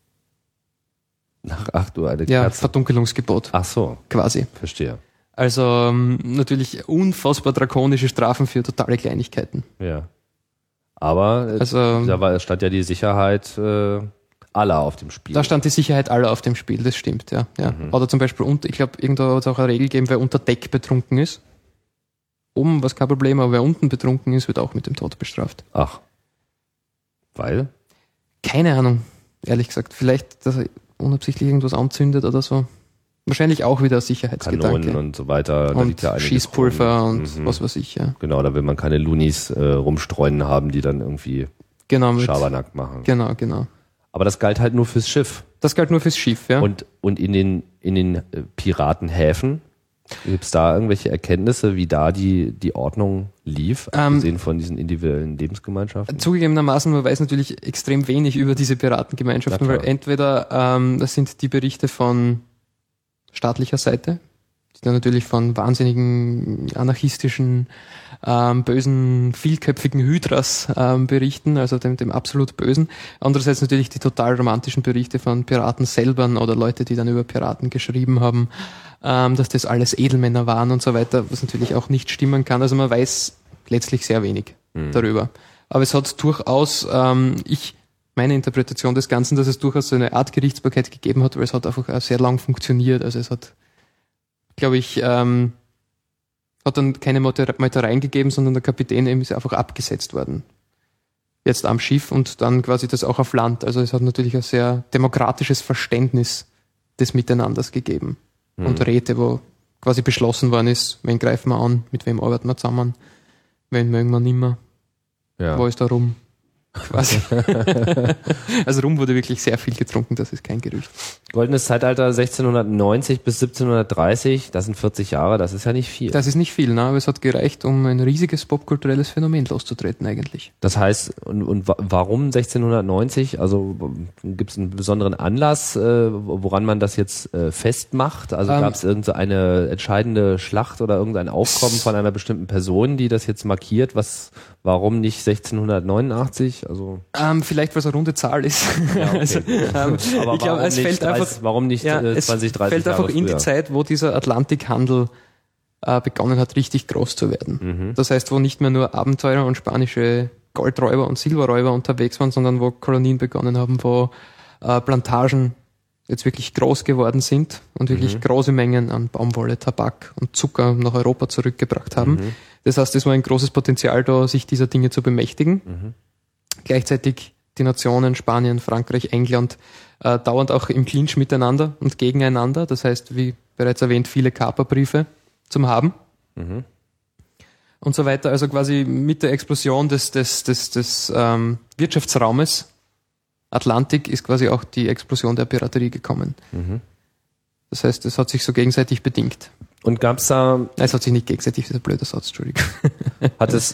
Nach 8 Uhr eine Kerze? Ja, Verdunkelungsgebot. Ach so. Quasi. Verstehe. Also natürlich unfassbar drakonische Strafen für totale Kleinigkeiten. Ja. Aber da stand ja die Sicherheit aller auf dem Spiel. Da stand die Sicherheit aller auf dem Spiel, das stimmt, ja. Oder zum Beispiel, ich glaube, irgendwo hat es auch eine Regel gegeben, wer unter Deck betrunken ist. Oben war es kein Problem, aber wer unten betrunken ist, wird auch mit dem Tod bestraft. Ach. Weil? Keine Ahnung, ehrlich gesagt. Vielleicht, dass er unabsichtlich irgendwas anzündet oder so. Wahrscheinlich auch wieder Sicherheitsgedanke. Kanonen und so weiter. Und da liegt ja Schießpulver und was weiß ich, ja. Genau, da will man keine Loonies rumstreuen haben, die dann irgendwie Schabernack machen. Genau. Aber das galt halt nur fürs Schiff. Das galt nur fürs Schiff, ja. Und in den Piratenhäfen, gibt es da irgendwelche Erkenntnisse, wie da die Ordnung lief, abgesehen von diesen individuellen Lebensgemeinschaften? Zugegebenermaßen, man weiß natürlich extrem wenig über diese Piratengemeinschaften, weil entweder das sind die Berichte von staatlicher Seite, die dann natürlich von wahnsinnigen, anarchistischen, bösen, vielköpfigen Hydras berichten, also dem absolut Bösen. Andererseits natürlich die total romantischen Berichte von Piraten selber oder Leute, die dann über Piraten geschrieben haben, dass das alles Edelmänner waren und so weiter, was natürlich auch nicht stimmen kann. Also man weiß letztlich sehr wenig darüber. Aber es hat durchaus, meine Interpretation des Ganzen, dass es durchaus so eine Art Gerichtsbarkeit gegeben hat, weil es hat einfach sehr lang funktioniert. Also es hat, glaube ich, Hat dann keine Meutereien gegeben, sondern der Kapitän eben ist einfach abgesetzt worden. Jetzt am Schiff und dann quasi das auch auf Land. Also es hat natürlich ein sehr demokratisches Verständnis des Miteinanders gegeben. Und Räte, wo quasi beschlossen worden ist, wen greifen wir an, mit wem arbeiten wir zusammen, wen mögen wir nimmer, wo ist da Rum? Quasi. Also Rum wurde wirklich sehr viel getrunken, das ist kein Gerücht. Goldenes Zeitalter 1690 bis 1730, das sind 40 Jahre, das ist ja nicht viel. Das ist nicht viel, ne? Aber es hat gereicht, um ein riesiges popkulturelles Phänomen loszutreten eigentlich. Das heißt, und warum 1690? Also gibt es einen besonderen Anlass, woran man das jetzt festmacht? Also gab es irgendeine entscheidende Schlacht oder irgendein Aufkommen von einer bestimmten Person, die das jetzt markiert? Warum nicht 1689? Also vielleicht, weil es eine runde Zahl ist. ja, okay. Also, aber ich glaube, es fällt einfach, warum nicht 20, 30 fällt Jahre einfach in die früher? Zeit, wo dieser Atlantikhandel begonnen hat, richtig groß zu werden. Das heißt, wo nicht mehr nur Abenteurer und spanische Goldräuber und Silberräuber unterwegs waren, sondern wo Kolonien begonnen haben, wo Plantagen jetzt wirklich groß geworden sind und wirklich große Mengen an Baumwolle, Tabak und Zucker nach Europa zurückgebracht haben. Das heißt, es war ein großes Potenzial da, sich dieser Dinge zu bemächtigen. Gleichzeitig die Nationen Spanien, Frankreich, England dauernd auch im Clinch miteinander und gegeneinander. Das heißt, wie bereits erwähnt, viele Kaperbriefe zum Haben. Und so weiter. Also quasi mit der Explosion des Wirtschaftsraumes Atlantik ist quasi auch die Explosion der Piraterie gekommen. Das heißt, es hat sich so gegenseitig bedingt. Und gab's da... Nein, es hat sich nicht gegenseitig, das ist ein blöder Satz, Entschuldigung. Hat es...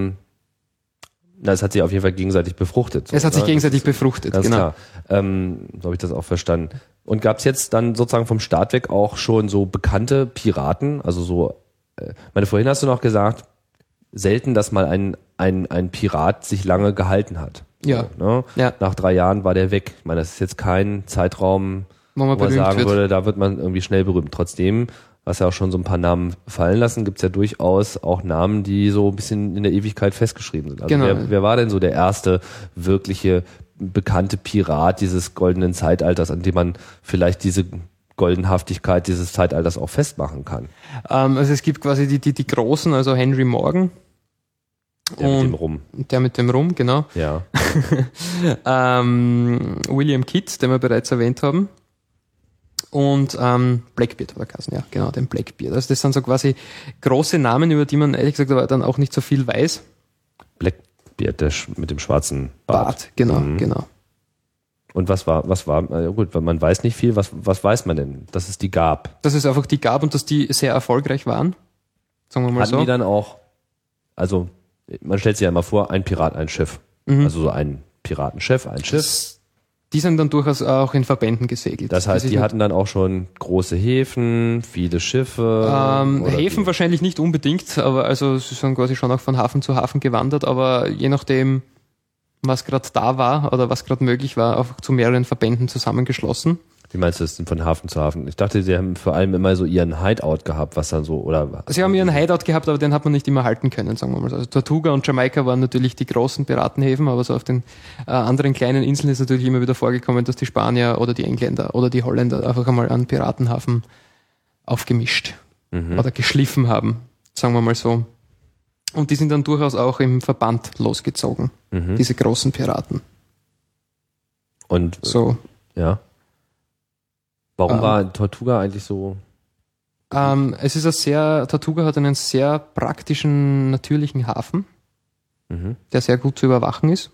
es hat sich auf jeden Fall gegenseitig befruchtet. So, es hat sich gegenseitig befruchtet, ganz genau. klar. So habe ich das auch verstanden. Und gab's jetzt dann sozusagen vom Start weg auch schon so bekannte Piraten? Also so... vorhin hast du noch gesagt, selten, dass mal ein Pirat sich lange gehalten hat. Ja. So, ne? Ja. Nach 3 Jahren war der weg. Ich meine, das ist jetzt kein Zeitraum, Wo man wo man berühmt sagen wird. würde, da wird man irgendwie schnell berühmt. Trotzdem, hast ja auch schon so ein paar Namen fallen lassen, gibt's ja durchaus auch Namen, die so ein bisschen in der Ewigkeit festgeschrieben sind. Also Genau. wer war denn so der erste wirkliche bekannte Pirat dieses goldenen Zeitalters, an dem man vielleicht diese Goldenhaftigkeit dieses Zeitalters auch festmachen kann? Also es gibt quasi die Großen, also Henry Morgan. Der mit dem Rum. Der mit dem Rum, genau. Ja. William Kidd, den wir bereits erwähnt haben. Und Blackbeard war Kassen, ja, genau, den Blackbeard. Also das sind so quasi große Namen, über die man ehrlich gesagt aber dann auch nicht so viel weiß. Blackbeard, der mit dem schwarzen Bart. Genau, genau. Und was war, gut, man weiß nicht viel, was weiß man denn? Dass es die gab. Dass es einfach die gab und dass die sehr erfolgreich waren. Sagen wir mal Hatten so. die dann auch, also man stellt sich ja immer vor, ein Pirat, ein Schiff. Also so ein Piratenchef, ein Schiff. Die sind dann durchaus auch in Verbänden gesegelt. Das heißt, ist die nicht- hatten dann auch schon große Häfen, viele Schiffe. oder Häfen wie? wahrscheinlich nicht unbedingt, aber also sie sind quasi schon auch von Hafen zu Hafen gewandert, aber je nachdem, was gerade da war oder was gerade möglich war, auch zu mehreren Verbänden zusammengeschlossen. Wie meinst du das denn von Hafen zu Hafen? Ich dachte, sie haben vor allem immer so ihren Hideout gehabt, was dann so, oder? Sie haben ihren Hideout gehabt, aber den hat man nicht immer halten können, sagen wir mal so. Also Tortuga und Jamaika waren natürlich die großen Piratenhäfen, aber so auf den anderen kleinen Inseln ist natürlich immer wieder vorgekommen, dass die Spanier oder die Engländer oder die Holländer einfach einmal einen Piratenhafen aufgemischt oder geschliffen haben, sagen wir mal so. Und die sind dann durchaus auch im Verband losgezogen, diese großen Piraten. Und, So. ja. Warum war Tortuga eigentlich so? Es ist Tortuga hat einen sehr praktischen, natürlichen Hafen, der sehr gut zu überwachen ist.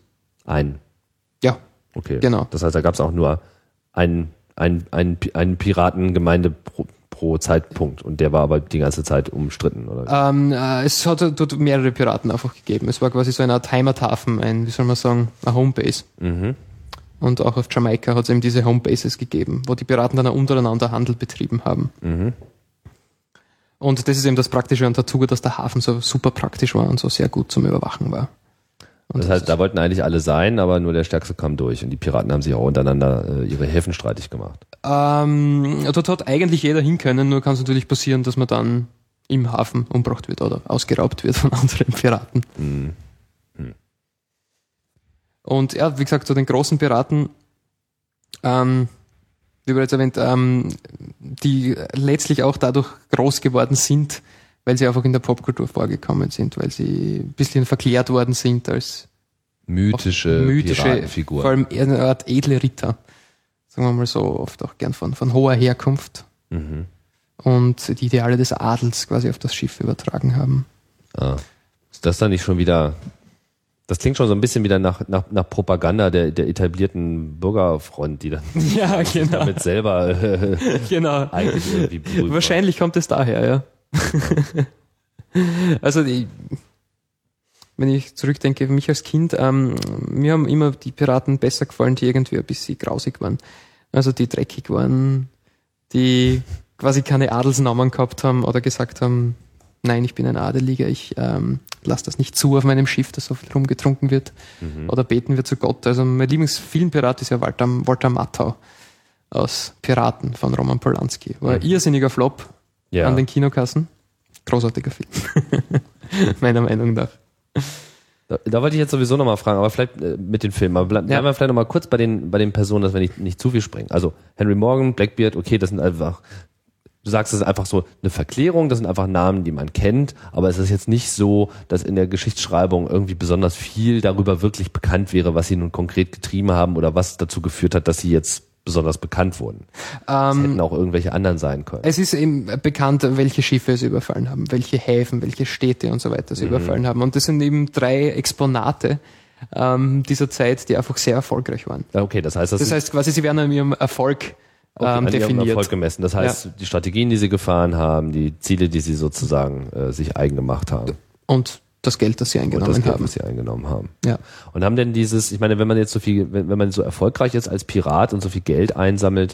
Ja, Okay. genau. Das heißt, da gab es auch nur eine Piratengemeinde pro Zeitpunkt und der war aber die ganze Zeit umstritten, oder? Es hat dort mehrere Piraten einfach gegeben. Es war quasi so eine Art Heimathafen, wie soll man sagen, eine Homebase. Und auch auf Jamaika hat es eben diese Homebases gegeben, wo die Piraten dann auch untereinander Handel betrieben haben. Und das ist eben das Praktische an Tortuga, dass der Hafen so super praktisch war und so sehr gut zum Überwachen war. Und Das heißt, da wollten eigentlich alle sein, aber nur der Stärkste kam durch und die Piraten haben sich auch untereinander ihre Häfen streitig gemacht. dort hat eigentlich jeder hin können, nur kann es natürlich passieren, dass man dann im Hafen umgebracht wird oder ausgeraubt wird von anderen Piraten. Und ja, wie gesagt, zu den großen Piraten, wie bereits erwähnt, die letztlich auch dadurch groß geworden sind, weil sie einfach in der Popkultur vorgekommen sind, weil sie ein bisschen verklärt worden sind als mythische Piratenfiguren. Vor allem eine Art edle Ritter, sagen wir mal so, oft auch gern von hoher Herkunft und die Ideale des Adels quasi auf das Schiff übertragen haben. Ah. Ist das dann nicht schon wieder, das klingt schon so ein bisschen wieder nach Propaganda der etablierten Bürgerfront, die dann ja, genau. damit selber genau. eigentlich irgendwie berühmt Wahrscheinlich kommt es daher, ja. Also wenn ich zurückdenke, für mich als Kind, mir haben immer die Piraten besser gefallen, die irgendwie ein bisschen grausig waren. Also die dreckig waren, die quasi keine Adelsnamen gehabt haben oder gesagt haben, nein, ich bin ein Adeliger, ich lasse das nicht zu auf meinem Schiff, dass so viel rumgetrunken wird oder beten wir zu Gott. Also mein Lieblingsfilmpirat ist ja Walter Matthau aus Piraten von Roman Polanski. War ein irrsinniger Flop an den Kinokassen. Großartiger Film. Meiner Meinung nach. Da wollte ich jetzt sowieso nochmal fragen, aber vielleicht mit den Filmen. Aber bleiben wir vielleicht nochmal kurz bei den Personen, dass wir nicht zu viel springen. Also Henry Morgan, Blackbeard, okay, das sind einfach, du sagst, das ist einfach so eine Verklärung, das sind einfach Namen, die man kennt, aber es ist jetzt nicht so, dass in der Geschichtsschreibung irgendwie besonders viel darüber wirklich bekannt wäre, was sie nun konkret getrieben haben oder was dazu geführt hat, dass sie jetzt besonders bekannt wurden. Es hätten auch irgendwelche anderen sein können. Es ist eben bekannt, welche Schiffe sie überfallen haben, welche Häfen, welche Städte und so weiter sie überfallen haben. Und das sind eben 3 Exponate dieser Zeit, die einfach sehr erfolgreich waren. Okay, das heißt quasi, sie werden an ihrem Erfolg an definiert. ihrem Erfolg gemessen. Das heißt, die Strategien, die sie gefahren haben, die Ziele, die sie sozusagen sich eigen gemacht haben. Und das Geld, das sie eingenommen haben. Was sie eingenommen haben. Ja. Und haben denn ich meine, wenn man jetzt wenn man so erfolgreich ist als Pirat und so viel Geld einsammelt,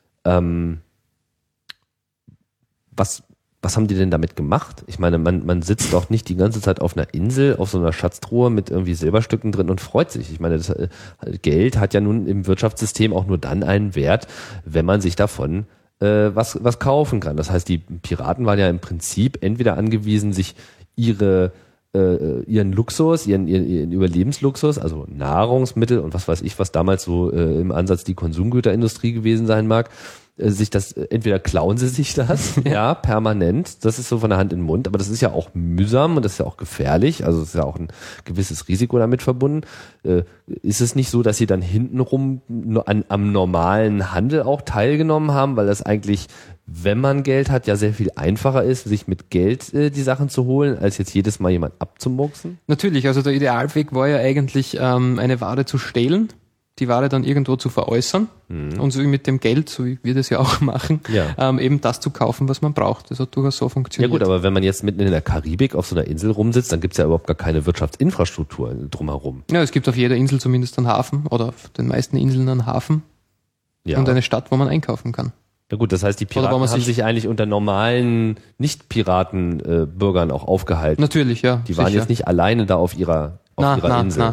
was haben die denn damit gemacht? Ich meine, man sitzt doch nicht die ganze Zeit auf einer Insel, auf so einer Schatztruhe mit irgendwie Silberstücken drin und freut sich. Ich meine, das Geld hat ja nun im Wirtschaftssystem auch nur dann einen Wert, wenn man sich davon was kaufen kann. Das heißt, die Piraten waren ja im Prinzip entweder angewiesen, sich ihren Luxus, ihren Überlebensluxus, also Nahrungsmittel und was weiß ich, was damals so im Ansatz die Konsumgüterindustrie gewesen sein mag, sich das, entweder klauen sie sich das, ja, permanent, das ist so von der Hand in den Mund, aber das ist ja auch mühsam und das ist ja auch gefährlich, also es ist ja auch ein gewisses Risiko damit verbunden. Ist es nicht so, dass sie dann hintenrum am normalen Handel auch teilgenommen haben, weil das eigentlich, wenn man Geld hat, ja sehr viel einfacher ist, sich mit Geld die Sachen zu holen, als jetzt jedes Mal jemand abzumurksen? Natürlich, also der Idealweg war ja eigentlich, eine Ware zu stehlen, die Ware dann irgendwo zu veräußern und so wie mit dem Geld, so wie wir das ja auch machen, eben das zu kaufen, was man braucht. Das hat durchaus so funktioniert. Ja gut, aber wenn man jetzt mitten in der Karibik auf so einer Insel rumsitzt, dann gibt's ja überhaupt gar keine Wirtschaftsinfrastruktur drumherum. Ja, es gibt auf jeder Insel zumindest einen Hafen oder auf den meisten Inseln einen Hafen und eine Stadt, wo man einkaufen kann. Ja gut, das heißt, die Piraten haben sich eigentlich unter normalen Nicht-Piraten-Bürgern auch aufgehalten. Natürlich, ja. Die waren jetzt nicht alleine da auf ihrer Insel.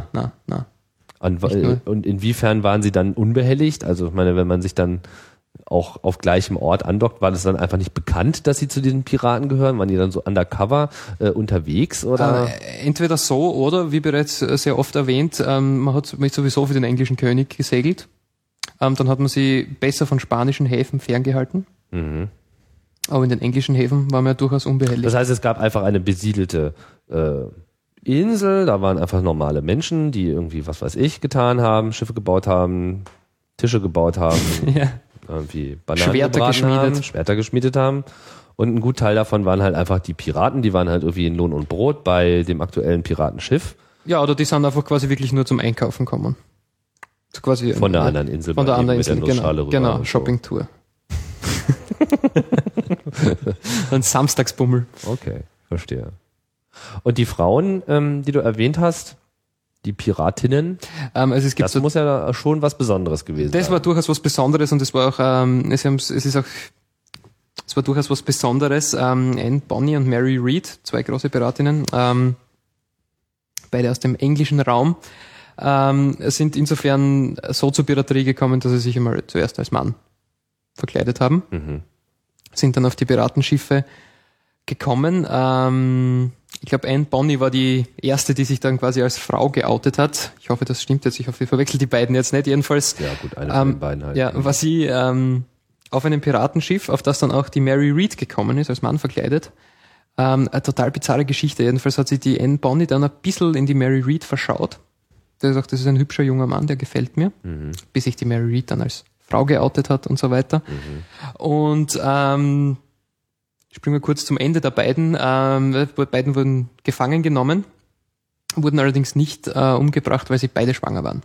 Und inwiefern waren sie dann unbehelligt? Also ich meine, wenn man sich dann auch auf gleichem Ort andockt, war das dann einfach nicht bekannt, dass sie zu diesen Piraten gehören? Waren die dann so undercover unterwegs? Oder? Entweder so oder, wie bereits sehr oft erwähnt, man hat sowieso für den englischen König gesegelt. Dann hat man sie besser von spanischen Häfen ferngehalten. Aber in den englischen Häfen war man ja durchaus unbehelligt. Das heißt, es gab einfach eine besiedelte Insel, da waren einfach normale Menschen, die irgendwie, was weiß ich, getan haben, Schiffe gebaut haben, Tische gebaut haben, irgendwie Bananen Schwerter geschmiedet haben. Und ein gut Teil davon waren halt einfach die Piraten, die waren halt irgendwie in Lohn und Brot bei dem aktuellen Piratenschiff. Ja, oder die sind einfach quasi wirklich nur zum Einkaufen gekommen. So quasi von der anderen Insel. Von der anderen Insel, genau, Shoppingtour. Ein Samstagsbummel. Okay, verstehe. Und die Frauen, die du erwähnt hast, die Piratinnen, also es gibt das muss ja schon was Besonderes gewesen sein. Das war durchaus was Besonderes und es war auch, es war durchaus was Besonderes. Anne Bonny und Mary Read, 2 große Piratinnen, beide aus dem englischen Raum, sind insofern so zur Piraterie gekommen, dass sie sich einmal zuerst als Mann verkleidet haben, sind dann auf die Piratenschiffe gekommen. Ich glaube, Anne Bonny war die erste, die sich dann quasi als Frau geoutet hat. Ich hoffe, das stimmt jetzt. Ich hoffe, ich verwechsel die beiden jetzt nicht. Jedenfalls. Ja, gut, eine von den beiden halt. Ja, war sie auf einem Piratenschiff, auf das dann auch die Mary Read gekommen ist, als Mann verkleidet. Eine total bizarre Geschichte. Jedenfalls hat sich die Anne Bonny dann ein bisschen in die Mary Read verschaut. Der sagt, das ist ein hübscher junger Mann, der gefällt mir. Bis sich die Mary Read dann als Frau geoutet hat und so weiter. Und springen wir kurz zum Ende der beiden. Beiden wurden gefangen genommen, wurden allerdings nicht umgebracht, weil sie beide schwanger waren.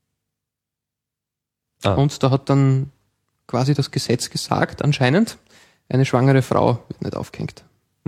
Und da hat dann quasi das Gesetz gesagt, anscheinend, eine schwangere Frau wird nicht aufgehängt.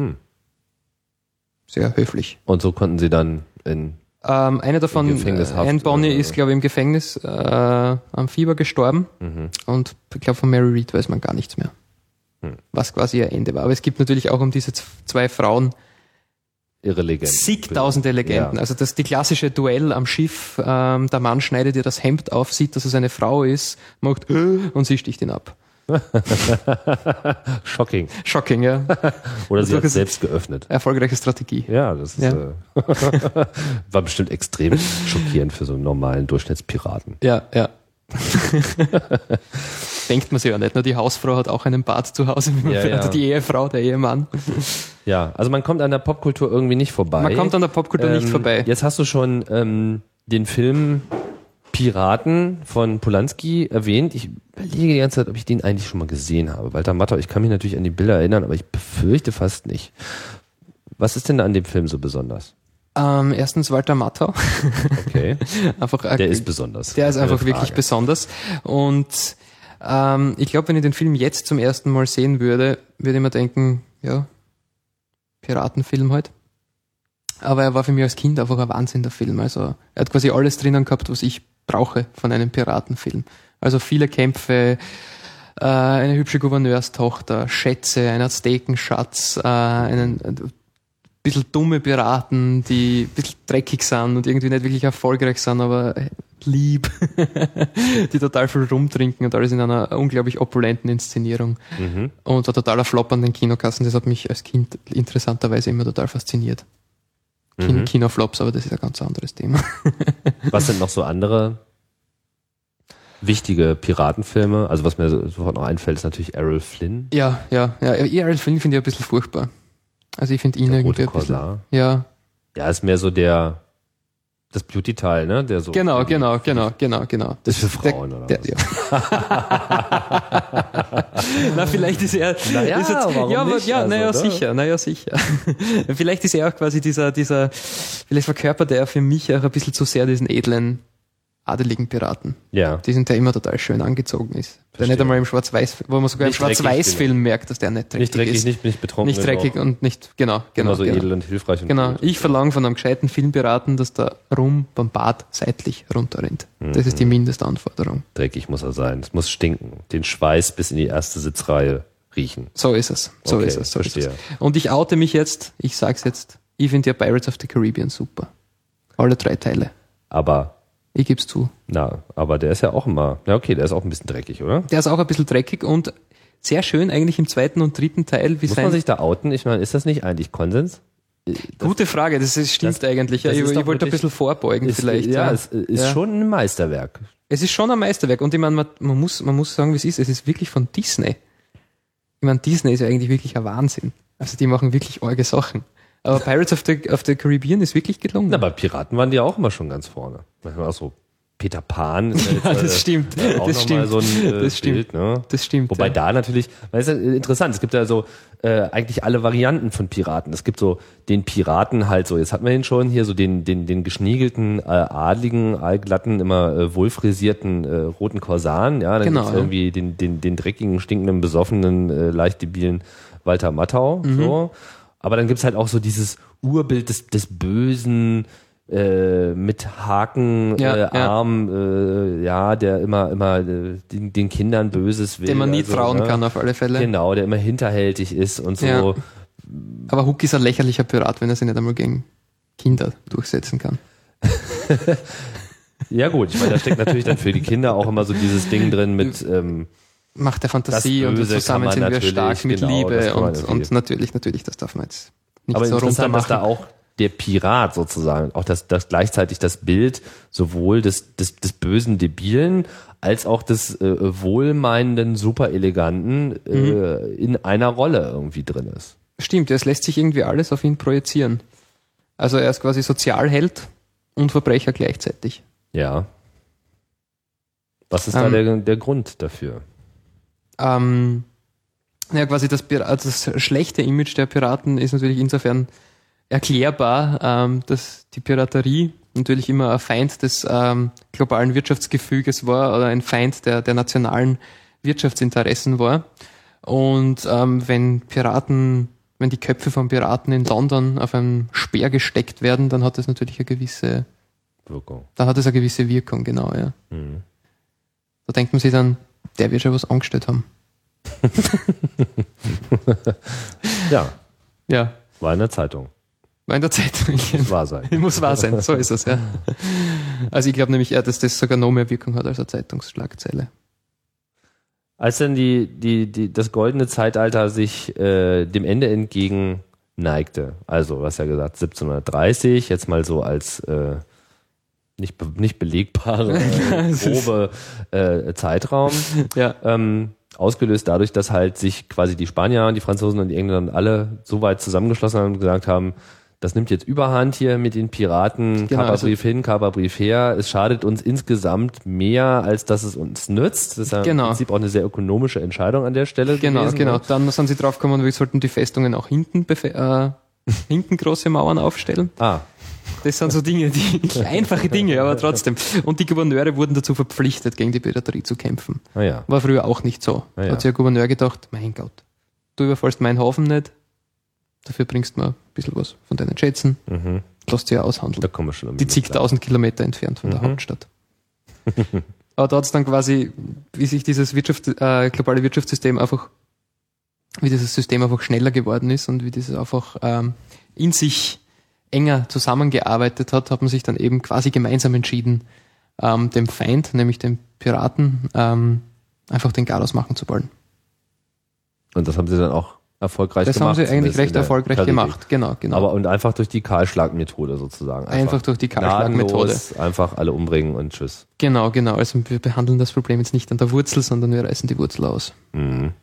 Sehr höflich. Und so konnten sie dann eine davon, Gefängnishaft, Anne Bonny, ist, glaube ich, im Gefängnis am Fieber gestorben. Und ich glaube, von Mary Read weiß man gar nichts mehr. Was quasi ihr Ende war. Aber es gibt natürlich auch um diese zwei Frauen ihre Legenden. Zigtausende Legenden. Ja. Also die klassische Duell am Schiff, der Mann schneidet ihr das Hemd auf, sieht, dass es eine Frau ist, macht und sie sticht ihn ab. Shocking. Shocking, ja. Oder sie hat es selbst geöffnet. Erfolgreiche Strategie. Ja, das ist, war bestimmt extrem schockierend für so einen normalen Durchschnittspiraten. Ja. Denkt man sich ja nicht. Nur die Hausfrau hat auch einen Bad zu Hause, also die Ehefrau, der Ehemann. Ja, also man kommt an der Popkultur irgendwie nicht vorbei. Man kommt an der Popkultur nicht vorbei. Jetzt hast du schon den Film Piraten von Polanski erwähnt. Ich überlege die ganze Zeit, ob ich den eigentlich schon mal gesehen habe. Walter Matthau, ich kann mich natürlich an die Bilder erinnern, aber ich befürchte fast nicht. Was ist denn da an dem Film so besonders? Erstens Walter Matthau. Okay. Einfach, der ist besonders. Der ist einfach wirklich besonders. Und ich glaube, wenn ich den Film jetzt zum ersten Mal sehen würde ich mir denken, ja, Piratenfilm halt. Aber er war für mich als Kind einfach ein Wahnsinn, der Film. Also er hat quasi alles drinnen gehabt, was ich brauche von einem Piratenfilm. Also viele Kämpfe, eine hübsche Gouverneurstochter, Schätze, einen Aztekenschatz, einen bisschen dumme Piraten, die ein bisschen dreckig sind und irgendwie nicht wirklich erfolgreich sind, aber lieb, die total viel rumtrinken und alles in einer unglaublich opulenten Inszenierung. Und ein totaler Flop an den Kinokassen, das hat mich als Kind interessanterweise immer total fasziniert. Kinoflops, aber das ist ein ganz anderes Thema. Was sind noch so andere wichtige Piratenfilme? Also was mir sofort noch einfällt, ist natürlich Errol Flynn. Ja. Errol Flynn finde ich ein bisschen furchtbar. Also ich finde ihn irgendwie ein bisschen... Ja, ist mehr so das Beauty-Teil, ne? Der so genau. Das ist für Frauen, oder was? Ja. Na, vielleicht ist er... Sicher. Vielleicht ist er auch quasi vielleicht verkörpert er für mich auch ein bisschen zu sehr diesen edlen, adeligen Piraten. Ja. Diesen, der immer total schön angezogen ist. Der nicht einmal im Schwarz-Weiß, wo man sogar im Schwarz-Weiß-Film merkt, dass der nicht dreckig ist. Nicht betrunken. Nicht dreckig und nicht, genau. Immer so edel und hilfreich. Und gut. Ich verlange von einem gescheiten Filmpiraten, dass der Rum beim Bad seitlich runterrinnt. Das ist die Mindestanforderung. Dreckig muss er sein. Es muss stinken. Den Schweiß bis in die erste Sitzreihe riechen. So ist es. So ist es. Und ich oute mich jetzt, ich sag's jetzt, ich finde ja Pirates of the Caribbean super. Alle 3 Teile. Aber ich geb's zu. Aber der ist ja auch immer, der ist auch ein bisschen dreckig, oder? Der ist auch ein bisschen dreckig und sehr schön eigentlich im 2. und 3. Teil. Muss man sich da outen? Ich meine, ist das nicht eigentlich Konsens? Gute Frage, das stimmt eigentlich. Ich wollte ein bisschen vorbeugen vielleicht. Es ist schon ein Meisterwerk. Es ist schon ein Meisterwerk und ich meine, man muss sagen, wie es ist wirklich von Disney. Ich meine, Disney ist ja eigentlich wirklich ein Wahnsinn. Also die machen wirklich arge Sachen. Aber Pirates of the Caribbean ist wirklich gelungen. Na, bei Piraten waren die auch immer schon ganz vorne. Manchmal auch so Peter Pan. Das stimmt. Das stimmt. So ein das stimmt. Bild, ne? Das stimmt. Wobei da natürlich, das ist ja interessant, es gibt ja so eigentlich alle Varianten von Piraten. Es gibt so den Piraten halt so, jetzt hat man ihn schon hier, so den geschniegelten, adligen, allglatten, immer wohlfrisierten roten Korsan. Ja, dann gibt's irgendwie den dreckigen, stinkenden, besoffenen, leicht debilen Walter Matthau. So. Aber dann gibt's halt auch so dieses Urbild des Bösen mit Haken, Arm, der immer den Kindern Böses will. Den man nie trauen kann auf alle Fälle. Genau, der immer hinterhältig ist und so. Ja. Aber Hook ist ein lächerlicher Pirat, wenn er sich nicht einmal gegen Kinder durchsetzen kann. Ja gut, ich meine, da steckt natürlich dann für die Kinder auch immer so dieses Ding drin mit Macht der Fantasie und zusammen sind wir stark mit Liebe und natürlich, das darf man jetzt nicht aber so runtermachen. Dass da auch der Pirat sozusagen, auch das gleichzeitig das Bild sowohl des bösen Debilen als auch des wohlmeinenden, super eleganten in einer Rolle irgendwie drin ist. Stimmt, es lässt sich irgendwie alles auf ihn projizieren. Also er ist quasi Sozialheld und Verbrecher gleichzeitig. Ja. Was ist da der Grund dafür? Ja, quasi das schlechte Image der Piraten ist natürlich insofern erklärbar, dass die Piraterie natürlich immer ein Feind des globalen Wirtschaftsgefüges war oder ein Feind der nationalen Wirtschaftsinteressen war. Und wenn die Köpfe von Piraten in London auf einen Speer gesteckt werden, dann hat das natürlich eine gewisse Wirkung. Dann hat es eine gewisse Wirkung, genau, ja. Mhm. Da denkt man sich dann, der wird schon was angestellt haben. Ja. Ja. War in der Zeitung. War in der Zeitung. Muss wahr sein. Muss wahr sein, so ist es, ja. Also ich glaube nämlich eher, dass das sogar noch mehr Wirkung hat als eine Zeitungsschlagzeile. Als dann das goldene Zeitalter sich dem Ende entgegen neigte, also du hast ja gesagt 1730, jetzt mal so als nicht belegbare, grobe Zeitraum, ja. Ausgelöst dadurch, dass halt sich quasi die Spanier und die Franzosen und die Engländer alle so weit zusammengeschlossen haben und gesagt haben, das nimmt jetzt Überhand hier mit den Piraten, genau, Kaperbrief hin, Kaperbrief her. Es schadet uns insgesamt mehr, als dass es uns nützt. Das ist ja im Prinzip auch eine sehr ökonomische Entscheidung an der Stelle gewesen. Genau. Dann sind sie drauf gekommen, wir sollten die Festungen auch hinten große Mauern aufstellen. Das sind so Dinge, einfache Dinge, aber trotzdem. Und die Gouverneure wurden dazu verpflichtet, gegen die Piraterie zu kämpfen. Ja. War früher auch nicht so. Da hat sich der Gouverneur gedacht, mein Gott, du überfallst meinen Hafen nicht, dafür bringst du mir ein bisschen was von deinen Schätzen, lass sie ja aushandeln. Da kommen wir schon die zigtausend Kilometer entfernt von der Hauptstadt. Aber da hat es dann quasi, wie sich dieses globale Wirtschaftssystem wie dieses System einfach schneller geworden ist und wie dieses einfach in sich enger zusammengearbeitet hat man sich dann eben quasi gemeinsam entschieden, dem Feind, nämlich den Piraten, einfach den Garaus machen zu wollen. Und das haben sie dann auch erfolgreich gemacht. Das haben sie eigentlich recht erfolgreich gemacht, genau. Aber und einfach durch die Kahlschlagmethode sozusagen. Einfach durch die Kahlschlagmethode. Einfach alle umbringen und tschüss. Genau. Also wir behandeln das Problem jetzt nicht an der Wurzel, sondern wir reißen die Wurzel aus. Mhm.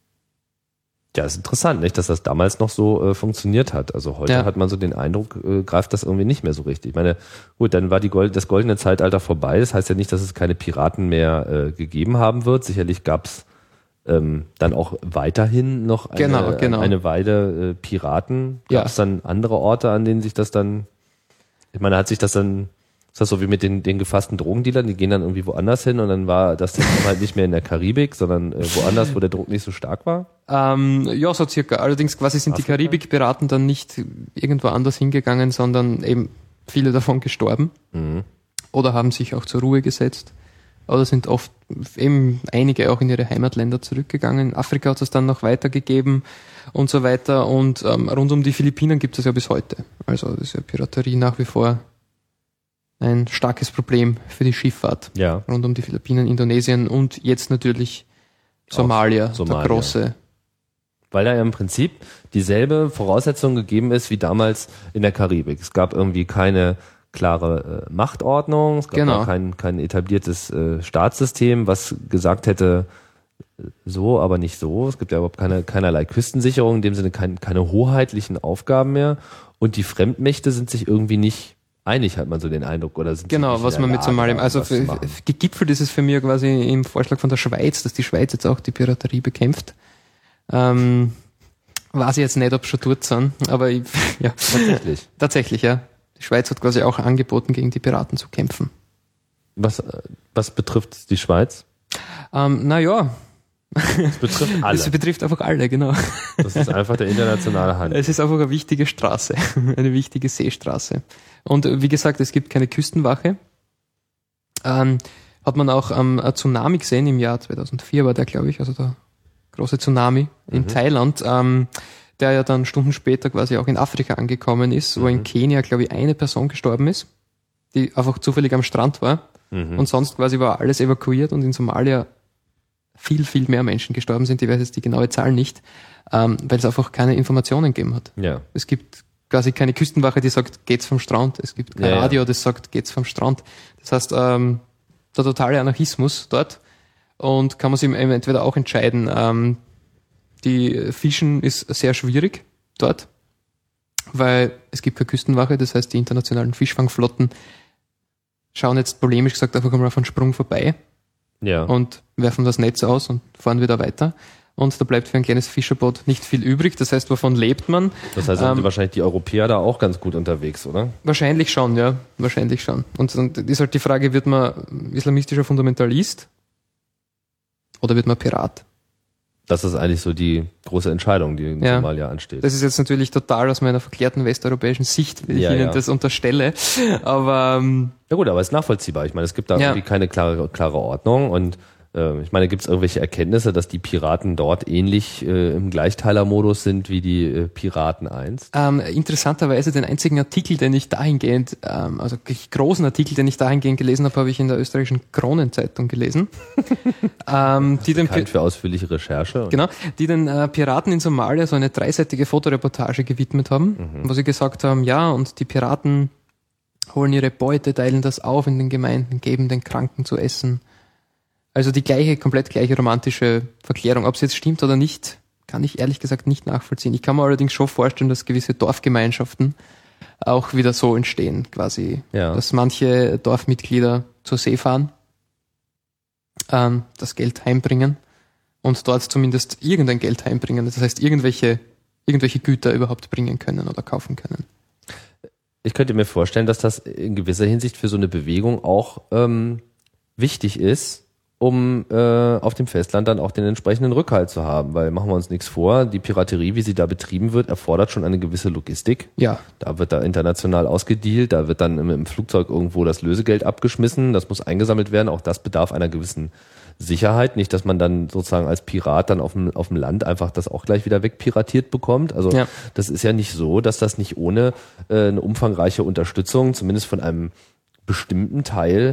Ja, ist interessant, nicht, dass das damals noch so funktioniert hat. Also heute hat man so den Eindruck, greift das irgendwie nicht mehr so richtig. Ich meine, gut, dann war das goldene Zeitalter vorbei. Das heißt ja nicht, dass es keine Piraten mehr gegeben haben wird. Sicherlich gab's dann auch weiterhin noch eine Weile Piraten. Gab es dann andere Orte, an denen sich das dann, ich meine, ist das so wie mit den gefassten Drogendealern, die gehen dann irgendwie woanders hin und dann war das dann halt nicht mehr in der Karibik, sondern woanders, wo der Druck nicht so stark war? Ja, so circa. Allerdings quasi sind die Karibik-Piraten dann nicht irgendwo anders hingegangen, sondern eben viele davon gestorben oder haben sich auch zur Ruhe gesetzt. Oder sind oft eben einige auch in ihre Heimatländer zurückgegangen. In Afrika hat es dann noch weitergegeben und so weiter. Und rund um die Philippinen gibt es ja bis heute. Also das ist ja Piraterie nach wie vor ein starkes Problem für die Schifffahrt. Ja. Rund um die Philippinen, Indonesien und jetzt natürlich Somalia, der große. Weil da ja im Prinzip dieselbe Voraussetzung gegeben ist wie damals in der Karibik. Es gab irgendwie keine klare Machtordnung, es gab auch kein etabliertes Staatssystem, was gesagt hätte, so, aber nicht so. Es gibt ja überhaupt keinerlei Küstensicherung, in dem Sinne keine hoheitlichen Aufgaben mehr. Und die Fremdmächte sind sich irgendwie nicht einig, hat man so den Eindruck. Oder sind was man mit Somalia, also gegipfelt ist es für mich quasi im Vorschlag von der Schweiz, dass die Schweiz jetzt auch die Piraterie bekämpft. Weiß ich jetzt nicht, ob sie schon dort sind, aber ja. Tatsächlich, ja. Die Schweiz hat quasi auch angeboten, gegen die Piraten zu kämpfen. Was betrifft die Schweiz? Es betrifft alle. Es betrifft einfach alle, genau. Das ist einfach der internationale Handel. Es ist einfach eine wichtige Straße, eine wichtige Seestraße. Und wie gesagt, es gibt keine Küstenwache. Hat man auch ein Tsunami gesehen, im Jahr 2004 war der, glaube ich, also der große Tsunami in Thailand, der ja dann Stunden später quasi auch in Afrika angekommen ist, wo in Kenia, glaube ich, eine Person gestorben ist, die einfach zufällig am Strand war. Und sonst quasi war alles evakuiert und in Somalia viel, viel mehr Menschen gestorben sind. Ich weiß jetzt die genaue Zahl nicht, weil es einfach keine Informationen gegeben hat. Ja. Es gibt quasi keine Küstenwache, die sagt, geht's vom Strand. Es gibt kein Radio, das sagt, geht's vom Strand. Das heißt, der totale Anarchismus dort. Und kann man sich eben entweder auch entscheiden, die Fischen ist sehr schwierig, dort, weil es gibt keine Küstenwache, das heißt, die internationalen Fischfangflotten schauen jetzt polemisch gesagt einfach mal auf einen Sprung vorbei Ja. und werfen das Netz aus und fahren wieder weiter. Und da bleibt für ein kleines Fischerboot nicht viel übrig. Das heißt, wovon lebt man? Das heißt, sind wahrscheinlich die Europäer da auch ganz gut unterwegs, oder? Wahrscheinlich schon, ja. Wahrscheinlich schon. Und ist halt die Frage, wird man islamistischer Fundamentalist oder wird man Pirat? Das ist eigentlich so die große Entscheidung, die in Somalia ansteht. Das ist jetzt natürlich total aus meiner verklärten westeuropäischen Sicht, wenn ich Ihnen das unterstelle. Aber ja gut, aber ist nachvollziehbar. Ich meine, es gibt da irgendwie keine klare Ordnung und ich meine, gibt es irgendwelche Erkenntnisse, dass die Piraten dort ähnlich im Gleichteilermodus sind wie die Piraten einst? Interessanterweise den einzigen Artikel, den ich dahingehend, also großen Artikel, den ich dahingehend gelesen habe, habe ich in der österreichischen Kronenzeitung gelesen. Die bekannt für ausführliche Recherche. Genau, die den Piraten in Somalia so eine 3-seitige Fotoreportage gewidmet haben, wo sie gesagt haben, ja, und die Piraten holen ihre Beute, teilen das auf in den Gemeinden, geben den Kranken zu essen. Also die komplett gleiche romantische Verklärung. Ob es jetzt stimmt oder nicht, kann ich ehrlich gesagt nicht nachvollziehen. Ich kann mir allerdings schon vorstellen, dass gewisse Dorfgemeinschaften auch wieder so entstehen, quasi. Ja. Dass manche Dorfmitglieder zur See fahren, das Geld heimbringen und dort zumindest irgendein Geld heimbringen. Das heißt, irgendwelche Güter überhaupt bringen können oder kaufen können. Ich könnte mir vorstellen, dass das in gewisser Hinsicht für so eine Bewegung auch wichtig ist, um auf dem Festland dann auch den entsprechenden Rückhalt zu haben. Weil, machen wir uns nichts vor, die Piraterie, wie sie da betrieben wird, erfordert schon eine gewisse Logistik. Ja. Da wird da international ausgedealt, da wird dann im Flugzeug irgendwo das Lösegeld abgeschmissen, das muss eingesammelt werden, auch das bedarf einer gewissen Sicherheit. Nicht, dass man dann sozusagen als Pirat dann auf dem Land einfach das auch gleich wieder wegpiratiert bekommt. Also das ist ja nicht so, dass das nicht ohne eine umfangreiche Unterstützung, zumindest von einem bestimmten Teil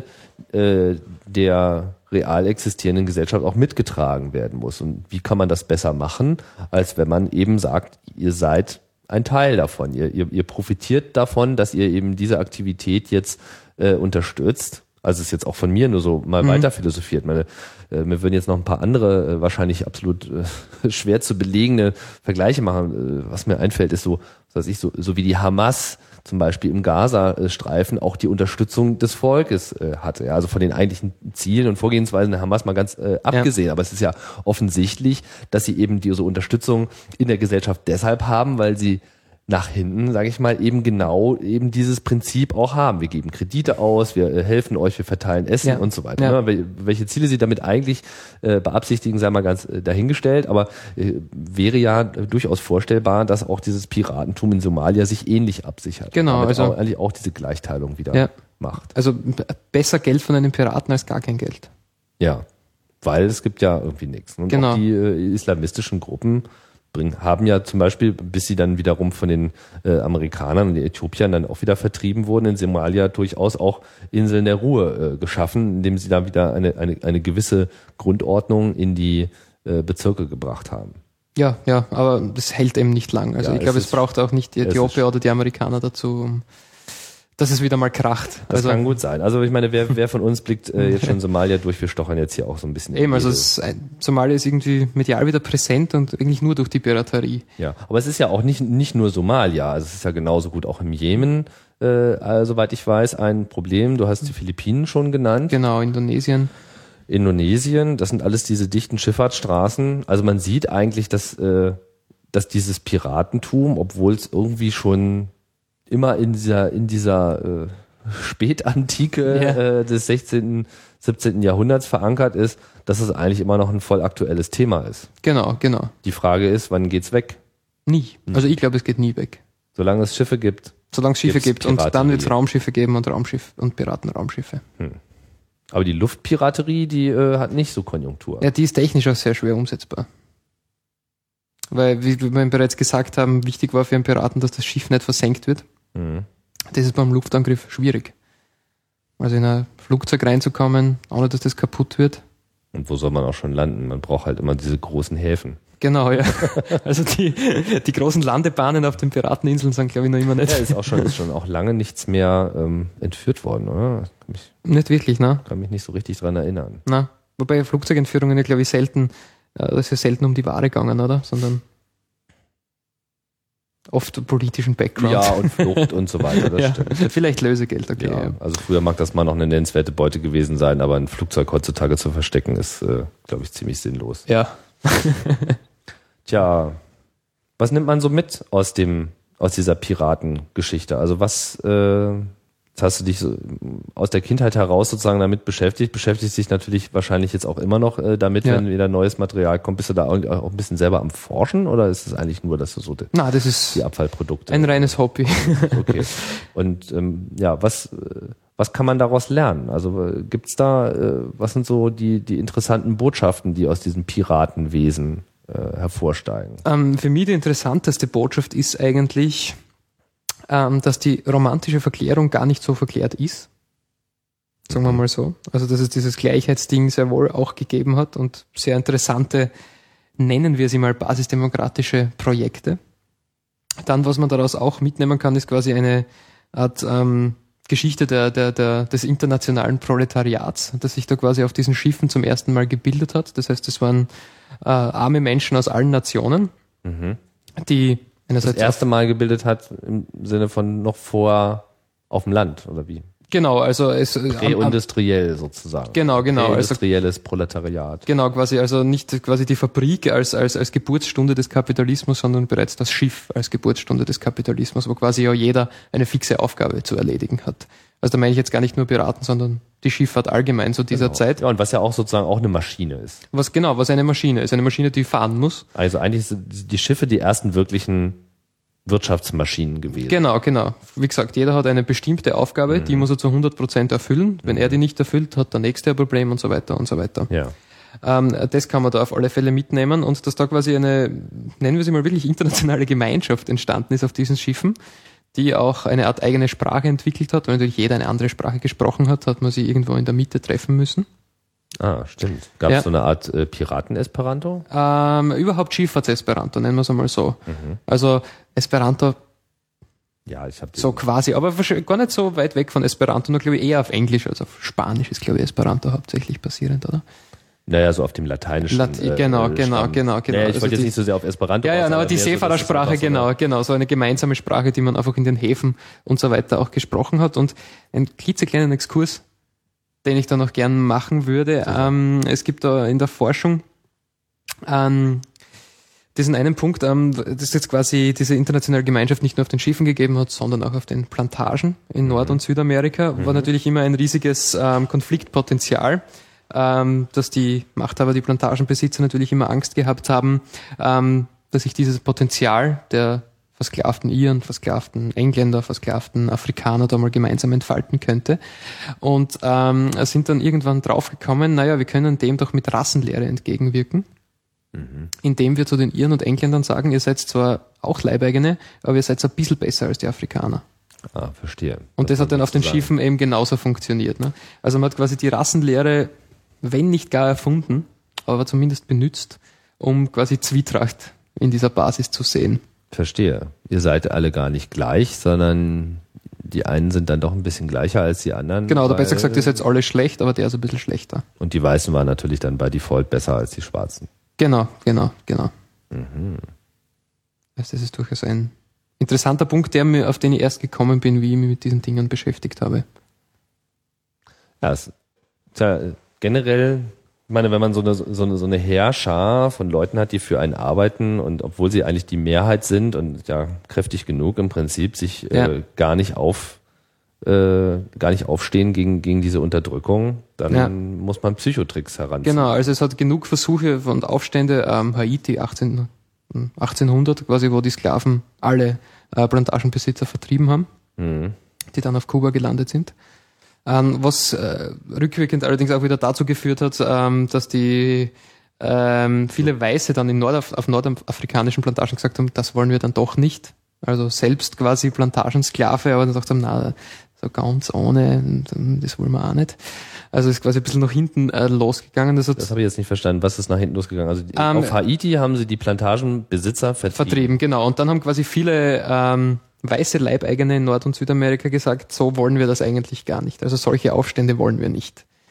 der real existierenden Gesellschaft auch mitgetragen werden muss. Und wie kann man das besser machen, als wenn man eben sagt, ihr seid ein Teil davon. Ihr profitiert davon, dass ihr eben diese Aktivität jetzt unterstützt. Also ist jetzt auch von mir nur so mal weiter philosophiert. Mir würden jetzt noch ein paar andere, wahrscheinlich absolut schwer zu belegende Vergleiche machen. Was mir einfällt, ist so wie die Hamas zum Beispiel im Gaza-Streifen auch die Unterstützung des Volkes hatte. Ja, also von den eigentlichen Zielen und Vorgehensweisen der Hamas mal ganz abgesehen. Aber es ist ja offensichtlich, dass sie eben diese Unterstützung in der Gesellschaft deshalb haben, weil sie nach hinten, sage ich mal, eben genau eben dieses Prinzip auch haben. Wir geben Kredite aus, wir helfen euch, wir verteilen Essen und so weiter. Ja. Welche Ziele sie damit eigentlich beabsichtigen, sei mal ganz dahingestellt, aber wäre ja durchaus vorstellbar, dass auch dieses Piratentum in Somalia sich ähnlich absichert. Genau, damit also eigentlich auch diese Gleichteilung wieder macht. Also besser Geld von einem Piraten als gar kein Geld. Ja, weil es gibt ja irgendwie nichts. Und auch die islamistischen Gruppen haben ja zum Beispiel, bis sie dann wiederum von den Amerikanern und den Äthiopiern dann auch wieder vertrieben wurden, in Somalia durchaus auch Inseln der Ruhe geschaffen, indem sie da wieder eine gewisse Grundordnung in die Bezirke gebracht haben. Ja, aber das hält eben nicht lang. Also ich glaube, es braucht auch nicht die Äthiopier oder die Amerikaner dazu, dass es wieder mal kracht. Das kann gut sein. Also ich meine, wer von uns blickt jetzt schon Somalia durch? Wir stochern jetzt hier auch so ein bisschen. Eben, also Somalia ist irgendwie medial wieder präsent und eigentlich nur durch die Piraterie. Ja, aber es ist ja auch nicht nur Somalia. Also es ist ja genauso gut auch im Jemen, soweit ich weiß, ein Problem. Du hast die Philippinen schon genannt. Genau, Indonesien, das sind alles diese dichten Schifffahrtsstraßen. Also man sieht eigentlich, dass dieses Piratentum, obwohl es irgendwie schon immer in dieser Spätantike des 16., 17. Jahrhunderts verankert ist, dass es eigentlich immer noch ein voll aktuelles Thema ist. Genau. Die Frage ist, wann geht's weg? Nie. Also ich glaube, es geht nie weg. Solange es Schiffe gibt. Solange es Schiffe gibt und dann wird es Raumschiffe geben und Piratenraumschiffe. Aber die Luftpiraterie, die hat nicht so Konjunktur. Ja, die ist technisch auch sehr schwer umsetzbar. Weil, wie wir bereits gesagt haben, wichtig war für einen Piraten, dass das Schiff nicht versenkt wird. Das ist beim Luftangriff schwierig. Also in ein Flugzeug reinzukommen, ohne dass das kaputt wird. Und wo soll man auch schon landen? Man braucht halt immer diese großen Häfen. Genau, ja. Also die großen Landebahnen auf den Pirateninseln sind, glaube ich, noch immer nicht. Ja, ist schon auch lange nichts mehr entführt worden, oder? Nicht wirklich, ne? Kann mich nicht so richtig dran erinnern. Na, wobei Flugzeugentführungen ja, glaube ich, das ist ja selten um die Ware gegangen, oder? Sondern oft politischen Background. Ja, und Flucht und so weiter, das ja. stimmt. Vielleicht Lösegeld, okay. Ja, also früher mag das mal noch eine nennenswerte Beute gewesen sein, aber ein Flugzeug heutzutage zu verstecken ist, glaube ich, ziemlich sinnlos. Ja. Tja, was nimmt man so mit aus dieser Piratengeschichte? Also was hast du dich so aus der Kindheit heraus sozusagen damit beschäftigt? Beschäftigst dich natürlich wahrscheinlich jetzt auch immer noch damit, Ja. wenn wieder neues Material kommt. Bist du da auch ein bisschen selber am Forschen oder ist es eigentlich nur, dass du so Na, das ist die Abfallprodukte? ein reines Hobby. Okay. Und was kann man daraus lernen? Also gibt's da, was sind so die interessanten Botschaften, die aus diesem Piratenwesen hervorsteigen? Für mich die interessanteste Botschaft ist eigentlich, dass die romantische Verklärung gar nicht so verklärt ist. Sagen wir mal so. Also, dass es dieses Gleichheitsding sehr wohl auch gegeben hat und sehr interessante, nennen wir sie mal basisdemokratische Projekte. Dann, was man daraus auch mitnehmen kann, ist quasi eine Art Geschichte des internationalen Proletariats, das sich da quasi auf diesen Schiffen zum ersten Mal gebildet hat. Das heißt, es waren arme Menschen aus allen Nationen, die Das einerseits erste Mal gebildet hat im Sinne von noch vor auf dem Land oder wie? genau, also es Präindustriell sozusagen. Genau. Präindustrielles Proletariat. Genau, quasi, also nicht quasi die Fabrik als Geburtsstunde des Kapitalismus, sondern bereits das Schiff als Geburtsstunde des Kapitalismus, wo quasi ja jeder eine fixe Aufgabe zu erledigen hat. Also da meine ich jetzt gar nicht nur Piraten, sondern die Schifffahrt allgemein zu dieser Zeit. Ja, und was ja auch sozusagen auch eine Maschine ist. Was eine Maschine ist. Eine Maschine, die fahren muss. Also eigentlich sind die Schiffe die ersten wirklichen Wirtschaftsmaschinen gewesen. Genau. Wie gesagt, jeder hat eine bestimmte Aufgabe, die muss er zu 100% erfüllen. Wenn er die nicht erfüllt, hat der nächste ein Problem und so weiter und so weiter. Ja. Das kann man da auf alle Fälle mitnehmen und dass da quasi eine, nennen wir sie mal wirklich internationale Gemeinschaft entstanden ist auf diesen Schiffen, die auch eine Art eigene Sprache entwickelt hat. Weil natürlich jeder eine andere Sprache gesprochen hat, hat man sie irgendwo in der Mitte treffen müssen. Ah, stimmt. Gab es Ja. so eine Art Piraten-Esperanto? Überhaupt Schifffahrts-Esperanto, nennen wir es einmal so. Also Esperanto Ja, ich habe so quasi, aber wahrscheinlich gar nicht so weit weg von Esperanto, nur glaube ich eher auf Englisch als auf Spanisch ist, glaube ich, Esperanto hauptsächlich basierend, oder? Naja, so auf dem lateinischen. Genau. Naja, ich Also wollte jetzt die- nicht so sehr auf Esperanto. Ja, raus, aber die mehr so, Seefahrersprache, dass es einfach so genau, so eine gemeinsame Sprache, die man einfach in den Häfen und so weiter auch gesprochen hat. Und ein klitzekleinen Exkurs, den ich da noch gern machen würde. Es gibt da in der Forschung diesen einen Punkt, das jetzt quasi diese internationale Gemeinschaft nicht nur auf den Schiffen gegeben hat, sondern auch auf den Plantagen in Nord- und Südamerika, war natürlich immer ein riesiges Konfliktpotenzial, dass die Machthaber, die Plantagenbesitzer natürlich immer Angst gehabt haben, dass sich dieses Potenzial der versklavten Iren, versklavten Engländer, versklavten Afrikaner da mal gemeinsam entfalten könnte. Und sind dann irgendwann draufgekommen, naja, wir können dem doch mit Rassenlehre entgegenwirken, indem wir zu den Iren und Engländern sagen, ihr seid zwar auch Leibeigene, aber ihr seid ein bisschen besser als die Afrikaner. Ah, verstehe. Und das hat dann auf den sozusagen- Schiffen eben genauso funktioniert. Ne? Also man hat quasi die Rassenlehre, wenn nicht gar erfunden, aber zumindest benutzt, um quasi Zwietracht in dieser Basis zu sehen. Verstehe. Ihr seid alle gar nicht gleich, sondern die einen sind dann doch ein bisschen gleicher als die anderen. Genau, oder weil- besser gesagt, ihr seid alle schlecht, aber der ist ein bisschen schlechter. Und die Weißen waren natürlich dann bei Default besser als die Schwarzen. Genau. Also das ist durchaus ein interessanter Punkt, auf den ich erst gekommen bin, wie ich mich mit diesen Dingen beschäftigt habe. Ja, es ist ja generell, ich meine, wenn man so eine Heerschar von Leuten hat, die für einen arbeiten und obwohl sie eigentlich die Mehrheit sind und ja kräftig genug im Prinzip, sich gar nicht aufstehen gegen diese Unterdrückung, dann muss man Psychotricks heranziehen. Genau, also es hat genug Versuche und Aufstände, Haiti 1800 quasi, wo die Sklaven alle Plantagenbesitzer vertrieben haben, die dann auf Kuba gelandet sind. Was rückwirkend allerdings auch wieder dazu geführt hat, dass die viele Weiße dann auf nordafrikanischen Plantagen gesagt haben, das wollen wir dann doch nicht. Also selbst quasi Plantagensklave, aber dann gesagt haben, na, so ganz ohne, das wollen wir auch nicht. Also ist quasi ein bisschen nach hinten losgegangen. Das Das habe ich jetzt nicht verstanden. Was ist nach hinten losgegangen? Also auf Haiti haben sie die Plantagenbesitzer vertrieben. Genau. Und dann haben quasi viele weiße Leibeigene in Nord- und Südamerika gesagt, so wollen wir das eigentlich gar nicht. Also solche Aufstände wollen wir nicht.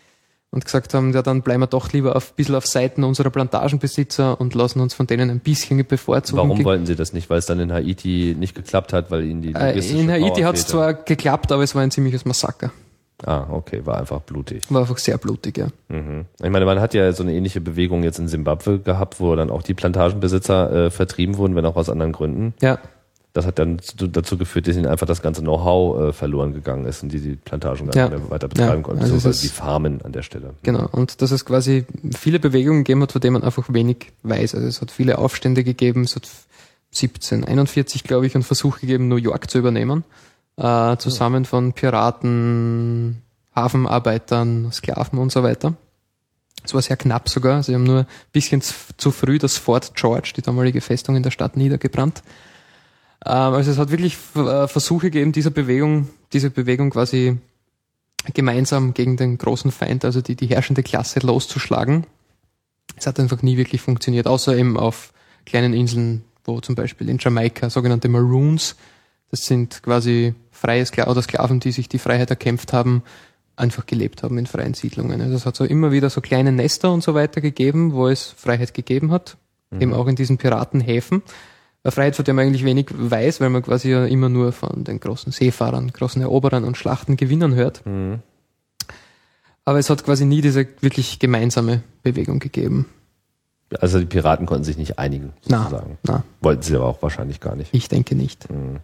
und gesagt haben, ja, dann bleiben wir doch lieber ein bisschen auf Seiten unserer Plantagenbesitzer und lassen uns von denen ein bisschen bevorzugen. Warum wollten sie das nicht? Weil es dann in Haiti nicht geklappt hat, weil ihnen die logistische in Haiti Power hat es fehlte? zwar geklappt, aber es war ein ziemliches Massaker. Ah, okay, war einfach blutig. War einfach sehr blutig, ja. Mhm. Ich meine, man hat ja so eine ähnliche Bewegung jetzt in Simbabwe gehabt, wo dann auch die Plantagenbesitzer vertrieben wurden, wenn auch aus anderen Gründen. Ja. Das hat dann dazu geführt, dass ihnen einfach das ganze Know-how verloren gegangen ist und die Plantagen gar nicht mehr weiter betreiben konnten, also beziehungsweise die Farmen an der Stelle. Genau, und dass es quasi viele Bewegungen gegeben hat, von denen man einfach wenig weiß. Also es hat viele Aufstände gegeben, es hat 1741, glaube ich, einen Versuch gegeben, New York zu übernehmen. Zusammen von Piraten, Hafenarbeitern, Sklaven und so weiter. Es war sehr knapp sogar. Sie haben nur ein bisschen zu früh das Fort George, die damalige Festung in der Stadt, niedergebrannt. Also es hat wirklich Versuche gegeben, diese Bewegung quasi gemeinsam gegen den großen Feind, also die herrschende Klasse, loszuschlagen. Es hat einfach nie wirklich funktioniert, außer eben auf kleinen Inseln, wo zum Beispiel in Jamaika sogenannte Maroons, das sind quasi freie Sklaven, die sich die Freiheit erkämpft haben, einfach gelebt haben in freien Siedlungen. Also es hat so immer wieder so kleine Nester und so weiter gegeben, wo es Freiheit gegeben hat, eben auch in diesen Piratenhäfen. Eine Freiheit, von der man eigentlich wenig weiß, weil man quasi ja immer nur von den großen Seefahrern, großen Eroberern und Schlachten gewinnen hört. Mhm. Aber es hat quasi nie diese wirklich gemeinsame Bewegung gegeben. Also die Piraten konnten sich nicht einigen, sozusagen. Na. Wollten sie aber auch wahrscheinlich gar nicht. Ich denke nicht. Mhm.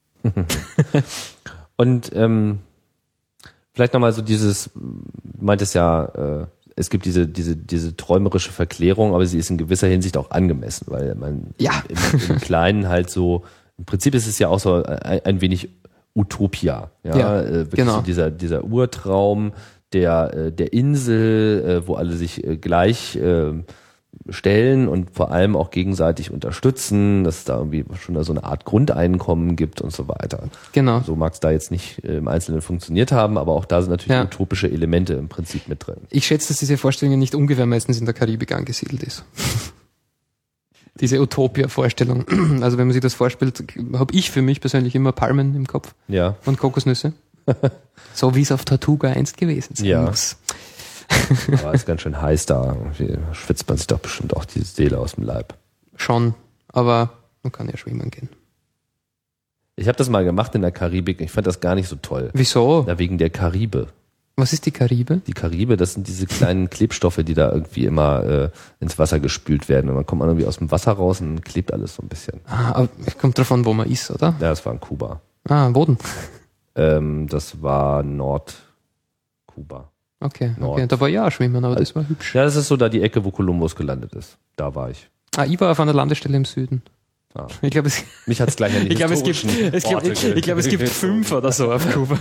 Und vielleicht nochmal so dieses, du meintest ja, es gibt diese träumerische Verklärung, aber sie ist in gewisser Hinsicht auch angemessen, weil man im Kleinen halt so, im Prinzip ist es ja auch so ein wenig Utopia. Wirklich genau. So dieser Urtraum der Insel, wo alle sich gleich stellen und vor allem auch gegenseitig unterstützen, dass es da irgendwie schon so eine Art Grundeinkommen gibt und so weiter. Genau. So mag es da jetzt nicht im Einzelnen funktioniert haben, aber auch da sind natürlich utopische Elemente im Prinzip mit drin. Ich schätze, dass diese Vorstellung nicht ungefähr meistens in der Karibik angesiedelt ist. Diese Utopia-Vorstellung. Also wenn man sich das vorstellt, habe ich für mich persönlich immer Palmen im Kopf und Kokosnüsse. So wie es auf Tortuga einst gewesen sein muss. Aber es ist ganz schön heiß da. Irgendwie schwitzt man sich doch bestimmt auch die Seele aus dem Leib. Schon, aber man kann ja schwimmen gehen. Ich habe das mal gemacht in der Karibik. Ich fand das gar nicht so toll. Wieso? Na, wegen der Karibe. Was ist die Karibe? Die Karibe, das sind diese kleinen Klebstoffe, die da irgendwie immer ins Wasser gespült werden. Und dann kommt man irgendwie aus dem Wasser raus und klebt alles so ein bisschen. Aber kommt drauf an, wo man ist, oder? Ja, das war in Kuba. Wo denn? Das war Nordkuba. Okay, da war ja schwimmen, aber das war hübsch. Ja, das ist so da die Ecke, wo Kolumbus gelandet ist. Da war ich. Ich war auf einer Landestelle im Süden. Ich glaube, mich hat's gleich an die es gibt 5 oder so auf Kuba.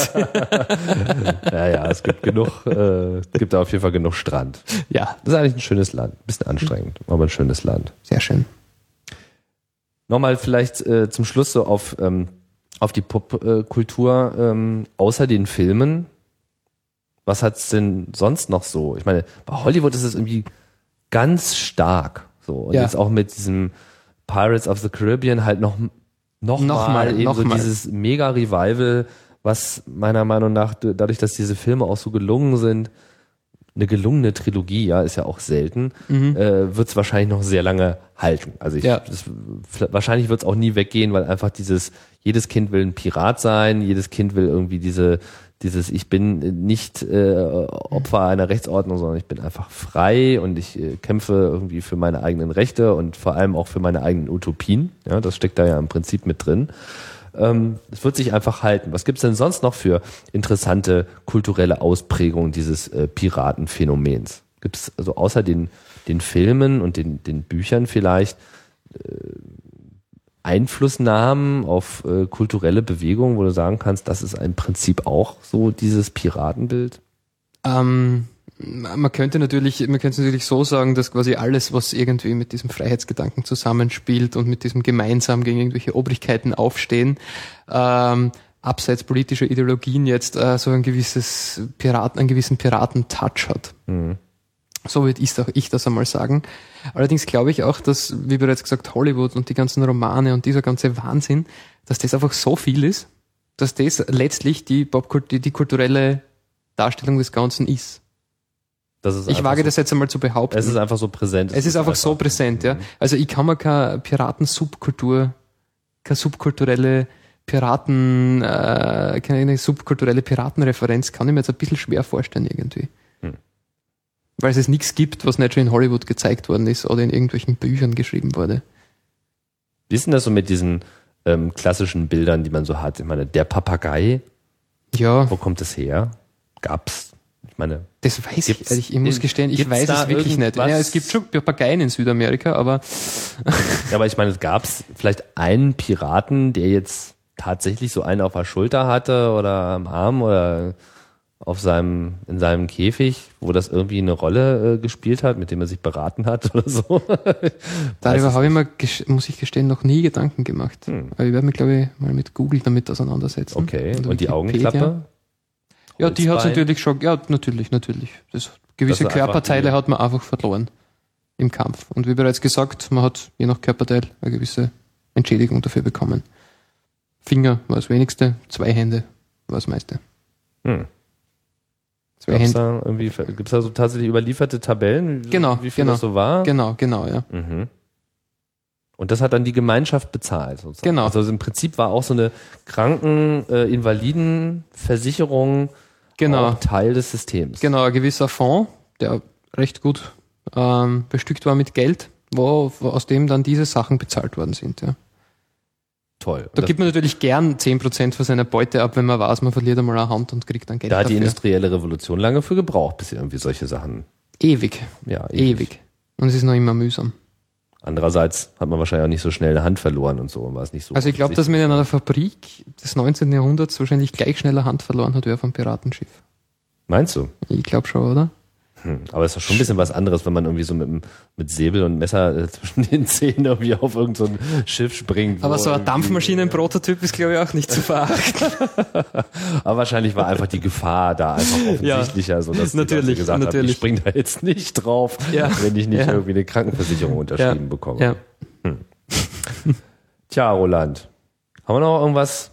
Ja, es gibt gibt da auf jeden Fall genug Strand. Ja. Das ist eigentlich ein schönes Land. Ein bisschen anstrengend, aber ein schönes Land. Sehr schön. Nochmal vielleicht zum Schluss so auf die Popkultur, außer den Filmen. Was hat's denn sonst noch so? Ich meine, bei Hollywood ist es irgendwie ganz stark. So. Und jetzt auch mit diesem Pirates of the Caribbean halt noch mal dieses Mega-Revival, was meiner Meinung nach, dadurch, dass diese Filme auch so gelungen sind, eine gelungene Trilogie, ist ja auch selten, wird es wahrscheinlich noch sehr lange halten. Also wahrscheinlich wird es auch nie weggehen, weil einfach jedes Kind will ein Pirat sein, jedes Kind will irgendwie dieses ich bin nicht Opfer einer Rechtsordnung, sondern ich bin einfach frei und ich kämpfe irgendwie für meine eigenen Rechte und vor allem auch für meine eigenen Utopien. Ja, das steckt da ja im Prinzip mit drin. Es wird sich einfach halten. Was gibt's denn sonst noch für interessante kulturelle Ausprägungen dieses Piratenphänomens? Gibt es also außer den Filmen und den Büchern vielleicht Einflussnahmen auf kulturelle Bewegungen, wo du sagen kannst, das ist im Prinzip auch so dieses Piratenbild? Man könnte natürlich so sagen, dass quasi alles, was irgendwie mit diesem Freiheitsgedanken zusammenspielt und mit diesem gemeinsam gegen irgendwelche Obrigkeiten aufstehen, abseits politischer Ideologien jetzt so einen gewissen Piraten-Touch hat. Mhm. So würde ich das einmal sagen. Allerdings glaube ich auch, dass, wie bereits gesagt, Hollywood und die ganzen Romane und dieser ganze Wahnsinn, dass das einfach so viel ist, dass das letztlich die kulturelle Darstellung des Ganzen ist. Ich wage das jetzt einmal zu behaupten. Es ist einfach so präsent. Es ist einfach so präsent, ja. Also ich kann mir keine Piratensubkultur, keine subkulturelle keine subkulturelle Piratenreferenz kann ich mir jetzt ein bisschen schwer vorstellen irgendwie. Weil es nichts gibt, was nicht schon in Hollywood gezeigt worden ist oder in irgendwelchen Büchern geschrieben wurde. Wie ist denn das so mit diesen klassischen Bildern, die man so hat? Ich meine, der Papagei, Ja, wo kommt es her? Gab's? Ich meine, das weiß ich ehrlich. Ich muss gestehen, ich gibt's weiß da es wirklich nicht. irgendwas? Ja, es gibt schon Papageien in Südamerika, aber ja, aber ich meine, gab's vielleicht einen Piraten, der jetzt tatsächlich so einen auf der Schulter hatte oder am Arm oder in seinem Käfig, wo das irgendwie eine Rolle gespielt hat, mit dem er sich beraten hat oder so? darüber habe ich mir, muss ich gestehen, noch nie Gedanken gemacht. Aber ich werde mich, glaube ich, mal mit Google damit auseinandersetzen. Okay, und die Wikipedia. Augenklappe? Ja, die hat es Holzbein? natürlich schon, ja, natürlich. Gewisse Das ist Körperteile einfach hat man einfach verloren im Kampf. Und wie bereits gesagt, man hat je nach Körperteil eine gewisse Entschädigung dafür bekommen. Finger war das wenigste, 2 Hände war das meiste. 2 Hände. Gibt's da so tatsächlich überlieferte Tabellen, Genau, wie viel genau. das so war? Genau, ja. Mhm. Und das hat dann die Gemeinschaft bezahlt, sozusagen. Genau. Also im Prinzip war auch so eine Kranken-Invalidenversicherung Genau. auch Teil des Systems. Genau, ein gewisser Fonds, der recht gut bestückt war mit Geld, wo aus dem dann diese Sachen bezahlt worden sind. Ja. Toll. Da gibt man natürlich gern 10% von seiner Beute ab, wenn man weiß, man verliert einmal eine Hand und kriegt dann Geld da hat die dafür. industrielle Revolution lange für gebraucht, bis sie irgendwie solche Sachen. Ewig. Ja, Ewig. Und es ist noch immer mühsam. Andererseits hat man wahrscheinlich auch nicht so schnell eine Hand verloren und so. Und war es nicht so Also ich glaube, dass man in einer Fabrik des 19. Jahrhunderts wahrscheinlich gleich schnell eine Hand verloren hat wie auf einem Piratenschiff. Meinst du? Ich glaube schon, oder? Aber es ist doch schon ein bisschen was anderes, wenn man irgendwie so mit Säbel und Messer zwischen den Zähnen irgendwie auf irgend so ein Schiff springt. Aber so ein irgendwie- Dampfmaschinen-Prototyp ist, glaube ich, auch nicht zu verachten. Aber wahrscheinlich war einfach die Gefahr da einfach offensichtlicher, so dass die Natürlich, Leute gesagt haben, natürlich. ich spring da jetzt nicht drauf, Ja. wenn ich nicht Ja. irgendwie eine Krankenversicherung unterschrieben bekomme. Ja. Tja, Roland, haben wir noch irgendwas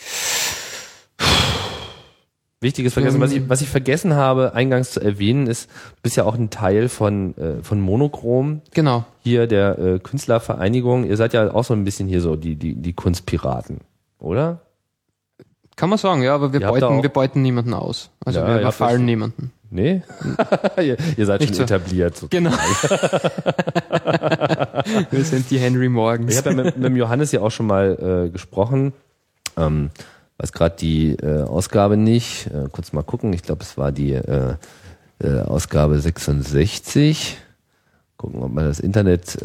Wichtiges vergessen? Was ich vergessen habe, eingangs zu erwähnen, ist, du bist ja auch ein Teil von Monochrom, Genau. hier der Künstlervereinigung. Ihr seid ja auch so ein bisschen hier so die Kunstpiraten, oder? Kann man sagen, ja, aber Ihr habt da auch- wir beuten niemanden aus. Also Ja, wir ihr habt überfallen das- niemanden. Nee? ihr seid Nicht schon so. etabliert. So. Genau. Wir sind die Henry Morgans. Ich habe ja mit dem Johannes ja auch schon mal gesprochen. Weiß gerade die Ausgabe nicht. Kurz mal gucken. Ich glaube, es war die Ausgabe 66. Gucken, ob man das Internet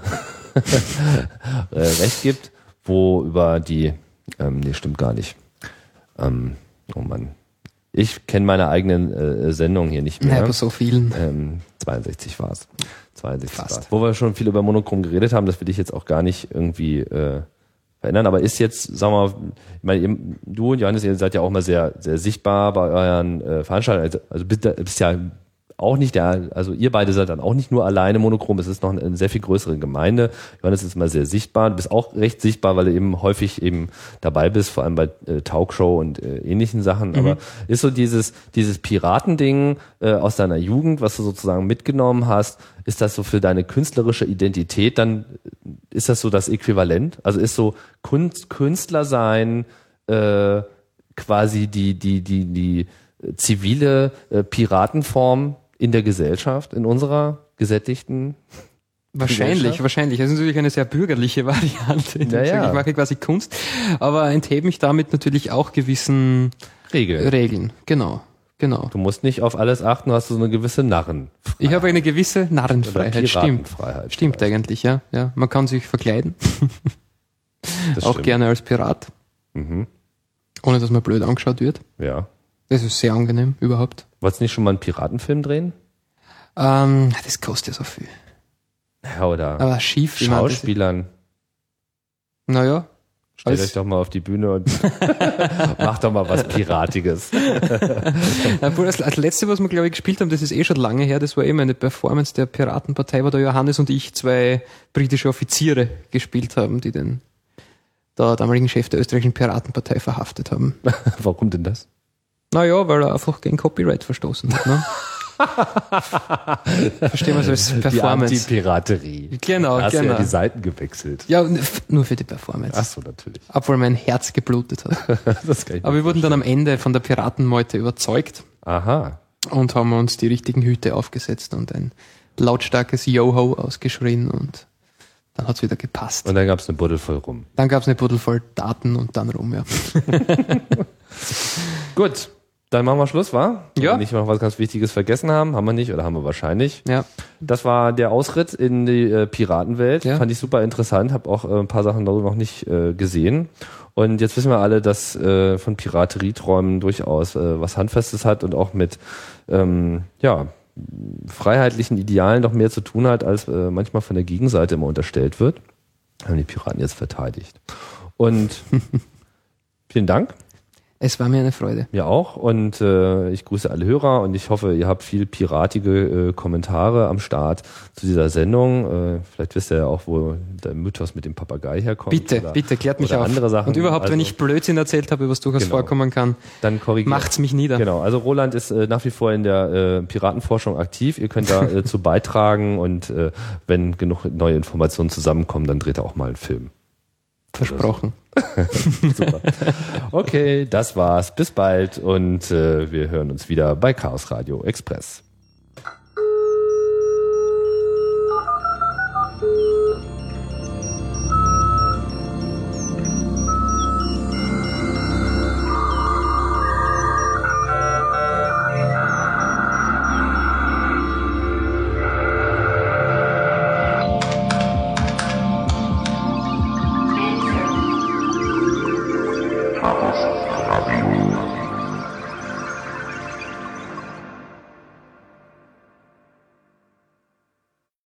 recht gibt. Wo über die... nee, stimmt gar nicht. Oh Mann. Ich kenne meine eigenen Sendungen hier nicht mehr. Ja, aber so vielen. 62 war es. 62 Fast. war's. Wo wir schon viel über Monochrom geredet haben, das will ich jetzt auch gar nicht irgendwie verändern. Aber ist jetzt, sagen wir mal, ich meine, du und Johannes, ihr seid ja auch mal sehr, sehr sichtbar bei euren Veranstaltungen. Also bist ja auch nicht also ihr beide seid dann auch nicht nur alleine Monochrom, es ist noch eine sehr viel größere Gemeinde. Johannes ist immer sehr sichtbar. Du bist auch recht sichtbar, weil du eben häufig eben dabei bist, vor allem bei Talkshow und ähnlichen Sachen. Aber ist so dieses Piratending aus deiner Jugend, was du sozusagen mitgenommen hast, ist das so für deine künstlerische Identität dann, ist das so das Äquivalent? Also ist so Künstler sein quasi die zivile Piratenform in der Gesellschaft, in unserer gesättigten Wahrscheinlich. Das ist natürlich eine sehr bürgerliche Variante. Ich mache quasi Kunst, aber enthebe mich damit natürlich auch gewissen Regeln. Genau. Du musst nicht auf alles achten, du hast so eine gewisse Narrenfreiheit. Ich habe eine gewisse Narrenfreiheit. Oder Stimmt Piratenfreiheit. eigentlich, ja. Man kann sich verkleiden. Das auch stimmt. gerne als Pirat. Ohne dass man blöd angeschaut wird. Ja. Das ist sehr angenehm, überhaupt. Wolltest du nicht schon mal einen Piratenfilm drehen? Das kostet ja so viel. Ja, oder Aber schief. Schauspielern. Naja. Stellt euch doch mal auf die Bühne und macht doch mal was Piratiges. Das letzte, was wir, glaube ich, gespielt haben, das ist schon lange her, das war eben eine Performance der Piratenpartei, wo der Johannes und ich 2 britische Offiziere gespielt haben, die den damaligen Chef der österreichischen Piratenpartei verhaftet haben. Warum denn das? Naja, weil er einfach gegen Copyright verstoßen hat. Ne? Verstehen wir so als Die Performance. Anti-Piraterie. Genau, da hast genau. du ja die Seiten gewechselt. Ja, nur für die Performance. Ach so, natürlich. Obwohl mein Herz geblutet hat. Das kann ich Aber wir wurden dann am Ende von der Piratenmeute überzeugt Aha. und haben uns die richtigen Hüte aufgesetzt und ein lautstarkes Yo-Ho ausgeschrien und dann hat's wieder gepasst. Und dann gab es eine Buddel voll rum. Dann gab's eine Buddel voll Daten und dann rum, ja. Gut, dann machen wir Schluss, wa? Ja. Wenn wir nicht noch was ganz Wichtiges vergessen haben wir nicht oder haben wir wahrscheinlich. Ja. Das war der Ausritt in die Piratenwelt. Ja. Fand ich super interessant, habe auch ein paar Sachen darüber noch nicht gesehen. Und jetzt wissen wir alle, dass von Piraterieträumen durchaus was Handfestes hat und auch mit freiheitlichen Idealen noch mehr zu tun hat, als manchmal von der Gegenseite immer unterstellt wird. Haben die Piraten jetzt verteidigt. Und vielen Dank. Es war mir eine Freude. Mir auch. Und ich grüße alle Hörer und ich hoffe, ihr habt viel piratige Kommentare am Start zu dieser Sendung. Vielleicht wisst ihr ja auch, wo der Mythos mit dem Papagei herkommt. Bitte, klärt mich oder auf. andere Sachen. Und überhaupt, wenn Also, ich Blödsinn erzählt habe, was durchaus Genau. vorkommen kann, dann korrigiert. macht's mich nieder. Genau, also Roland ist nach wie vor in der Piratenforschung aktiv. Ihr könnt da zu beitragen und wenn genug neue Informationen zusammenkommen, dann dreht er auch mal einen Film. Versprochen. Super. Okay, das war's. Bis bald und wir hören uns wieder bei Chaos Radio Express. Chaos Radio.